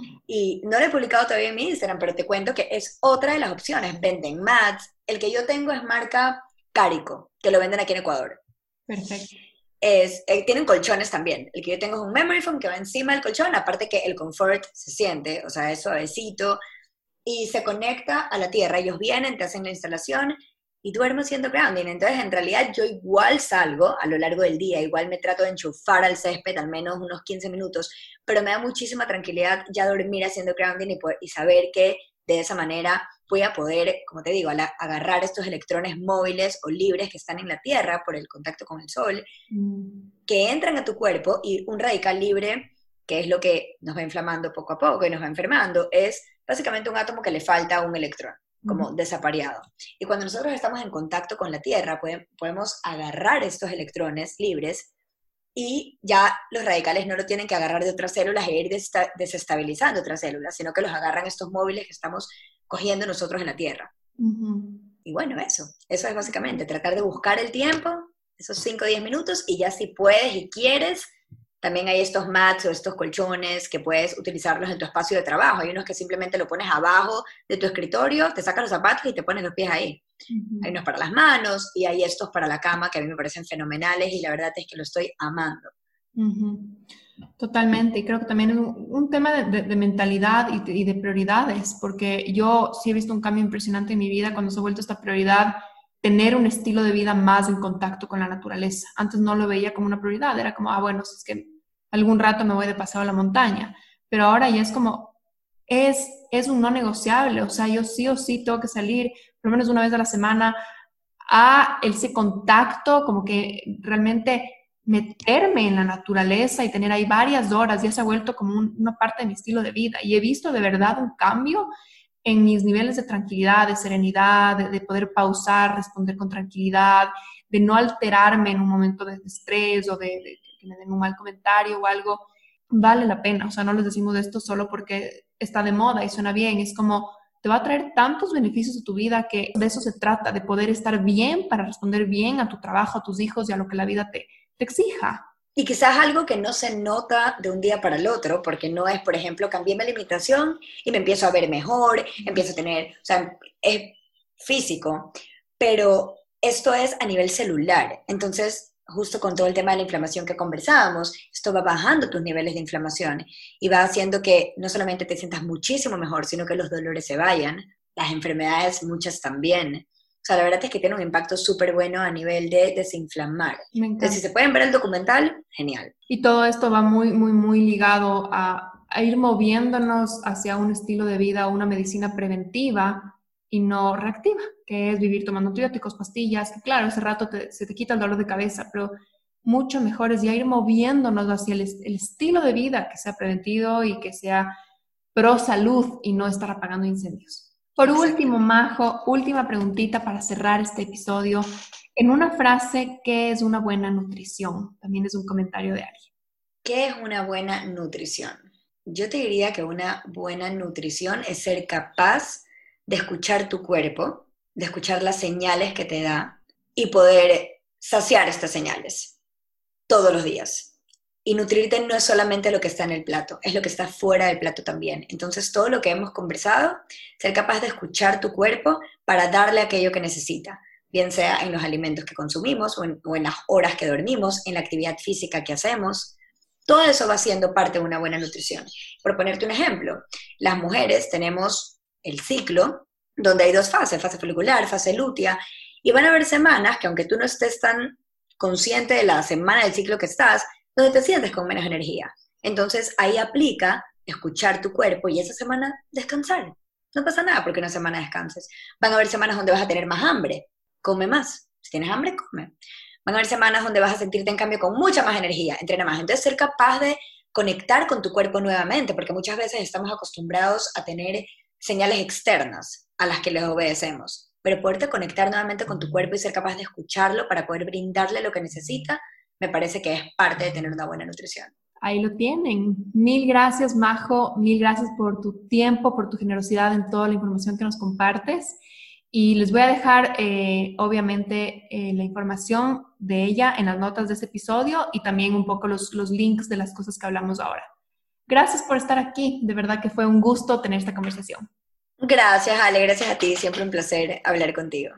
S2: Y no lo he publicado todavía en mi Instagram, pero te cuento que es otra de las opciones. Venden mats. El que yo tengo es marca Carico, que lo venden aquí en Ecuador.
S1: Perfecto.
S2: Tienen colchones también. El que yo tengo es un memory foam que va encima del colchón, aparte que el confort se siente, o sea, es suavecito, y se conecta a la tierra. Ellos vienen, te hacen la instalación, y duermo haciendo grounding. Entonces, en realidad, yo igual salgo a lo largo del día, igual me trato de enchufar al césped al menos unos 15 minutos, pero me da muchísima tranquilidad ya dormir haciendo grounding y saber que de esa manera voy a poder, como te digo, agarrar estos electrones móviles o libres que están en la Tierra por el contacto con el Sol, que entran a tu cuerpo, y un radical libre, que es lo que nos va inflamando poco a poco y nos va enfermando, es básicamente un átomo que le falta a un electrón, como desapareado. Y cuando nosotros estamos en contacto con la Tierra, podemos agarrar estos electrones libres y ya los radicales no lo tienen que agarrar de otras células e ir desestabilizando otras células, sino que los agarran estos móviles que estamos cogiendo nosotros en la Tierra. Y bueno, eso es básicamente tratar de buscar el tiempo, esos 5 o 10 minutos, y ya si puedes y quieres, también hay estos mats o estos colchones que puedes utilizarlos en tu espacio de trabajo. Hay unos que simplemente lo pones abajo de tu escritorio, te sacas los zapatos y te pones los pies ahí. Hay unos para las manos y hay estos para la cama que a mí me parecen fenomenales y la verdad es que lo estoy amando.
S1: Totalmente, y creo que también es un tema de mentalidad y de prioridades, porque yo sí he visto un cambio impresionante en mi vida cuando se ha vuelto esta prioridad tener un estilo de vida más en contacto con la naturaleza. Antes no lo veía como una prioridad, era como, bueno, si es que algún rato me voy de paseo a la montaña, pero ahora ya es como, es un no negociable, o sea, yo sí o sí tengo que salir por lo menos una vez a la semana a ese contacto, como que realmente meterme en la naturaleza y tener ahí varias horas, ya se ha vuelto como una parte de mi estilo de vida, y he visto de verdad un cambio en mis niveles de tranquilidad, de serenidad, de poder pausar, responder con tranquilidad, de no alterarme en un momento de estrés o de que me den un mal comentario o algo. Vale la pena, o sea, no les decimos esto solo porque está de moda y suena bien, es como te va a traer tantos beneficios a tu vida que de eso se trata, de poder estar bien para responder bien a tu trabajo, a tus hijos y a lo que la vida te exija.
S2: Y quizás algo que no se nota de un día para el otro, porque no es, por ejemplo, cambié mi alimentación y me empiezo a ver mejor, empiezo a tener, o sea, es físico, pero esto es a nivel celular. Entonces, justo con todo el tema de la inflamación que conversábamos, esto va bajando tus niveles de inflamación y va haciendo que no solamente te sientas muchísimo mejor, sino que los dolores se vayan, las enfermedades muchas también. O sea, la verdad es que tiene un impacto súper bueno a nivel de desinflamar. Entonces, si se pueden ver el documental, genial.
S1: Y todo esto va muy, muy, muy ligado a ir moviéndonos hacia un estilo de vida, una medicina preventiva y no reactiva, que es vivir tomando antibióticos, pastillas, que claro, ese rato se te quita el dolor de cabeza, pero mucho mejor es ya ir moviéndonos hacia el estilo de vida que sea preventivo y que sea pro salud y no estar apagando incendios. Por último, Majo, última preguntita para cerrar este episodio. En una frase, ¿qué es una buena nutrición? También es un comentario de alguien.
S2: ¿Qué es una buena nutrición? Yo te diría que una buena nutrición es ser capaz de escuchar tu cuerpo, de escuchar las señales que te da y poder saciar estas señales todos los días. Y nutrirte no es solamente lo que está en el plato, es lo que está fuera del plato también. Entonces, todo lo que hemos conversado, ser capaz de escuchar tu cuerpo para darle aquello que necesita, bien sea en los alimentos que consumimos o en las horas que dormimos, en la actividad física que hacemos. Todo eso va siendo parte de una buena nutrición. Por ponerte un ejemplo, las mujeres tenemos el ciclo, donde hay 2 fases, fase folicular, fase lútea, y van a haber semanas que aunque tú no estés tan consciente de la semana del ciclo que estás, donde te sientes con menos energía. Entonces ahí aplica escuchar tu cuerpo y esa semana descansar. No pasa nada porque una semana descanses. Van a haber semanas donde vas a tener más hambre, come más. Si tienes hambre, come. Van a haber semanas donde vas a sentirte en cambio con mucha más energía, entrena más. Entonces ser capaz de conectar con tu cuerpo nuevamente, porque muchas veces estamos acostumbrados a tener señales externas a las que les obedecemos. Pero poderte conectar nuevamente con tu cuerpo y ser capaz de escucharlo para poder brindarle lo que necesita, me parece que es parte de tener una buena nutrición.
S1: Ahí lo tienen. Mil gracias, Majo. Mil gracias por tu tiempo, por tu generosidad en toda la información que nos compartes. Y les voy a dejar, obviamente, la información de ella en las notas de este episodio y también un poco los links de las cosas que hablamos ahora. Gracias por estar aquí. De verdad que fue un gusto tener esta conversación.
S2: Gracias, Ale. Gracias a ti. Siempre un placer hablar contigo.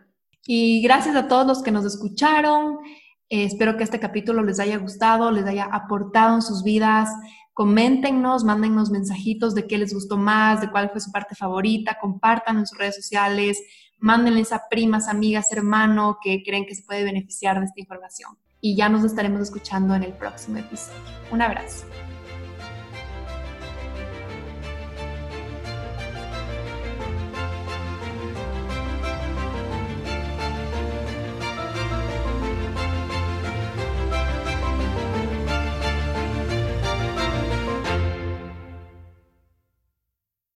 S1: Y gracias a todos los que nos escucharon. Espero que este capítulo les haya gustado, les haya aportado en sus vidas. Coméntenos, mándennos mensajitos de qué les gustó más, de cuál fue su parte favorita, compartan en sus redes sociales, mándenles a primas, amigas, hermano que creen que se puede beneficiar de esta información. Y ya nos estaremos escuchando en el próximo episodio. Un abrazo.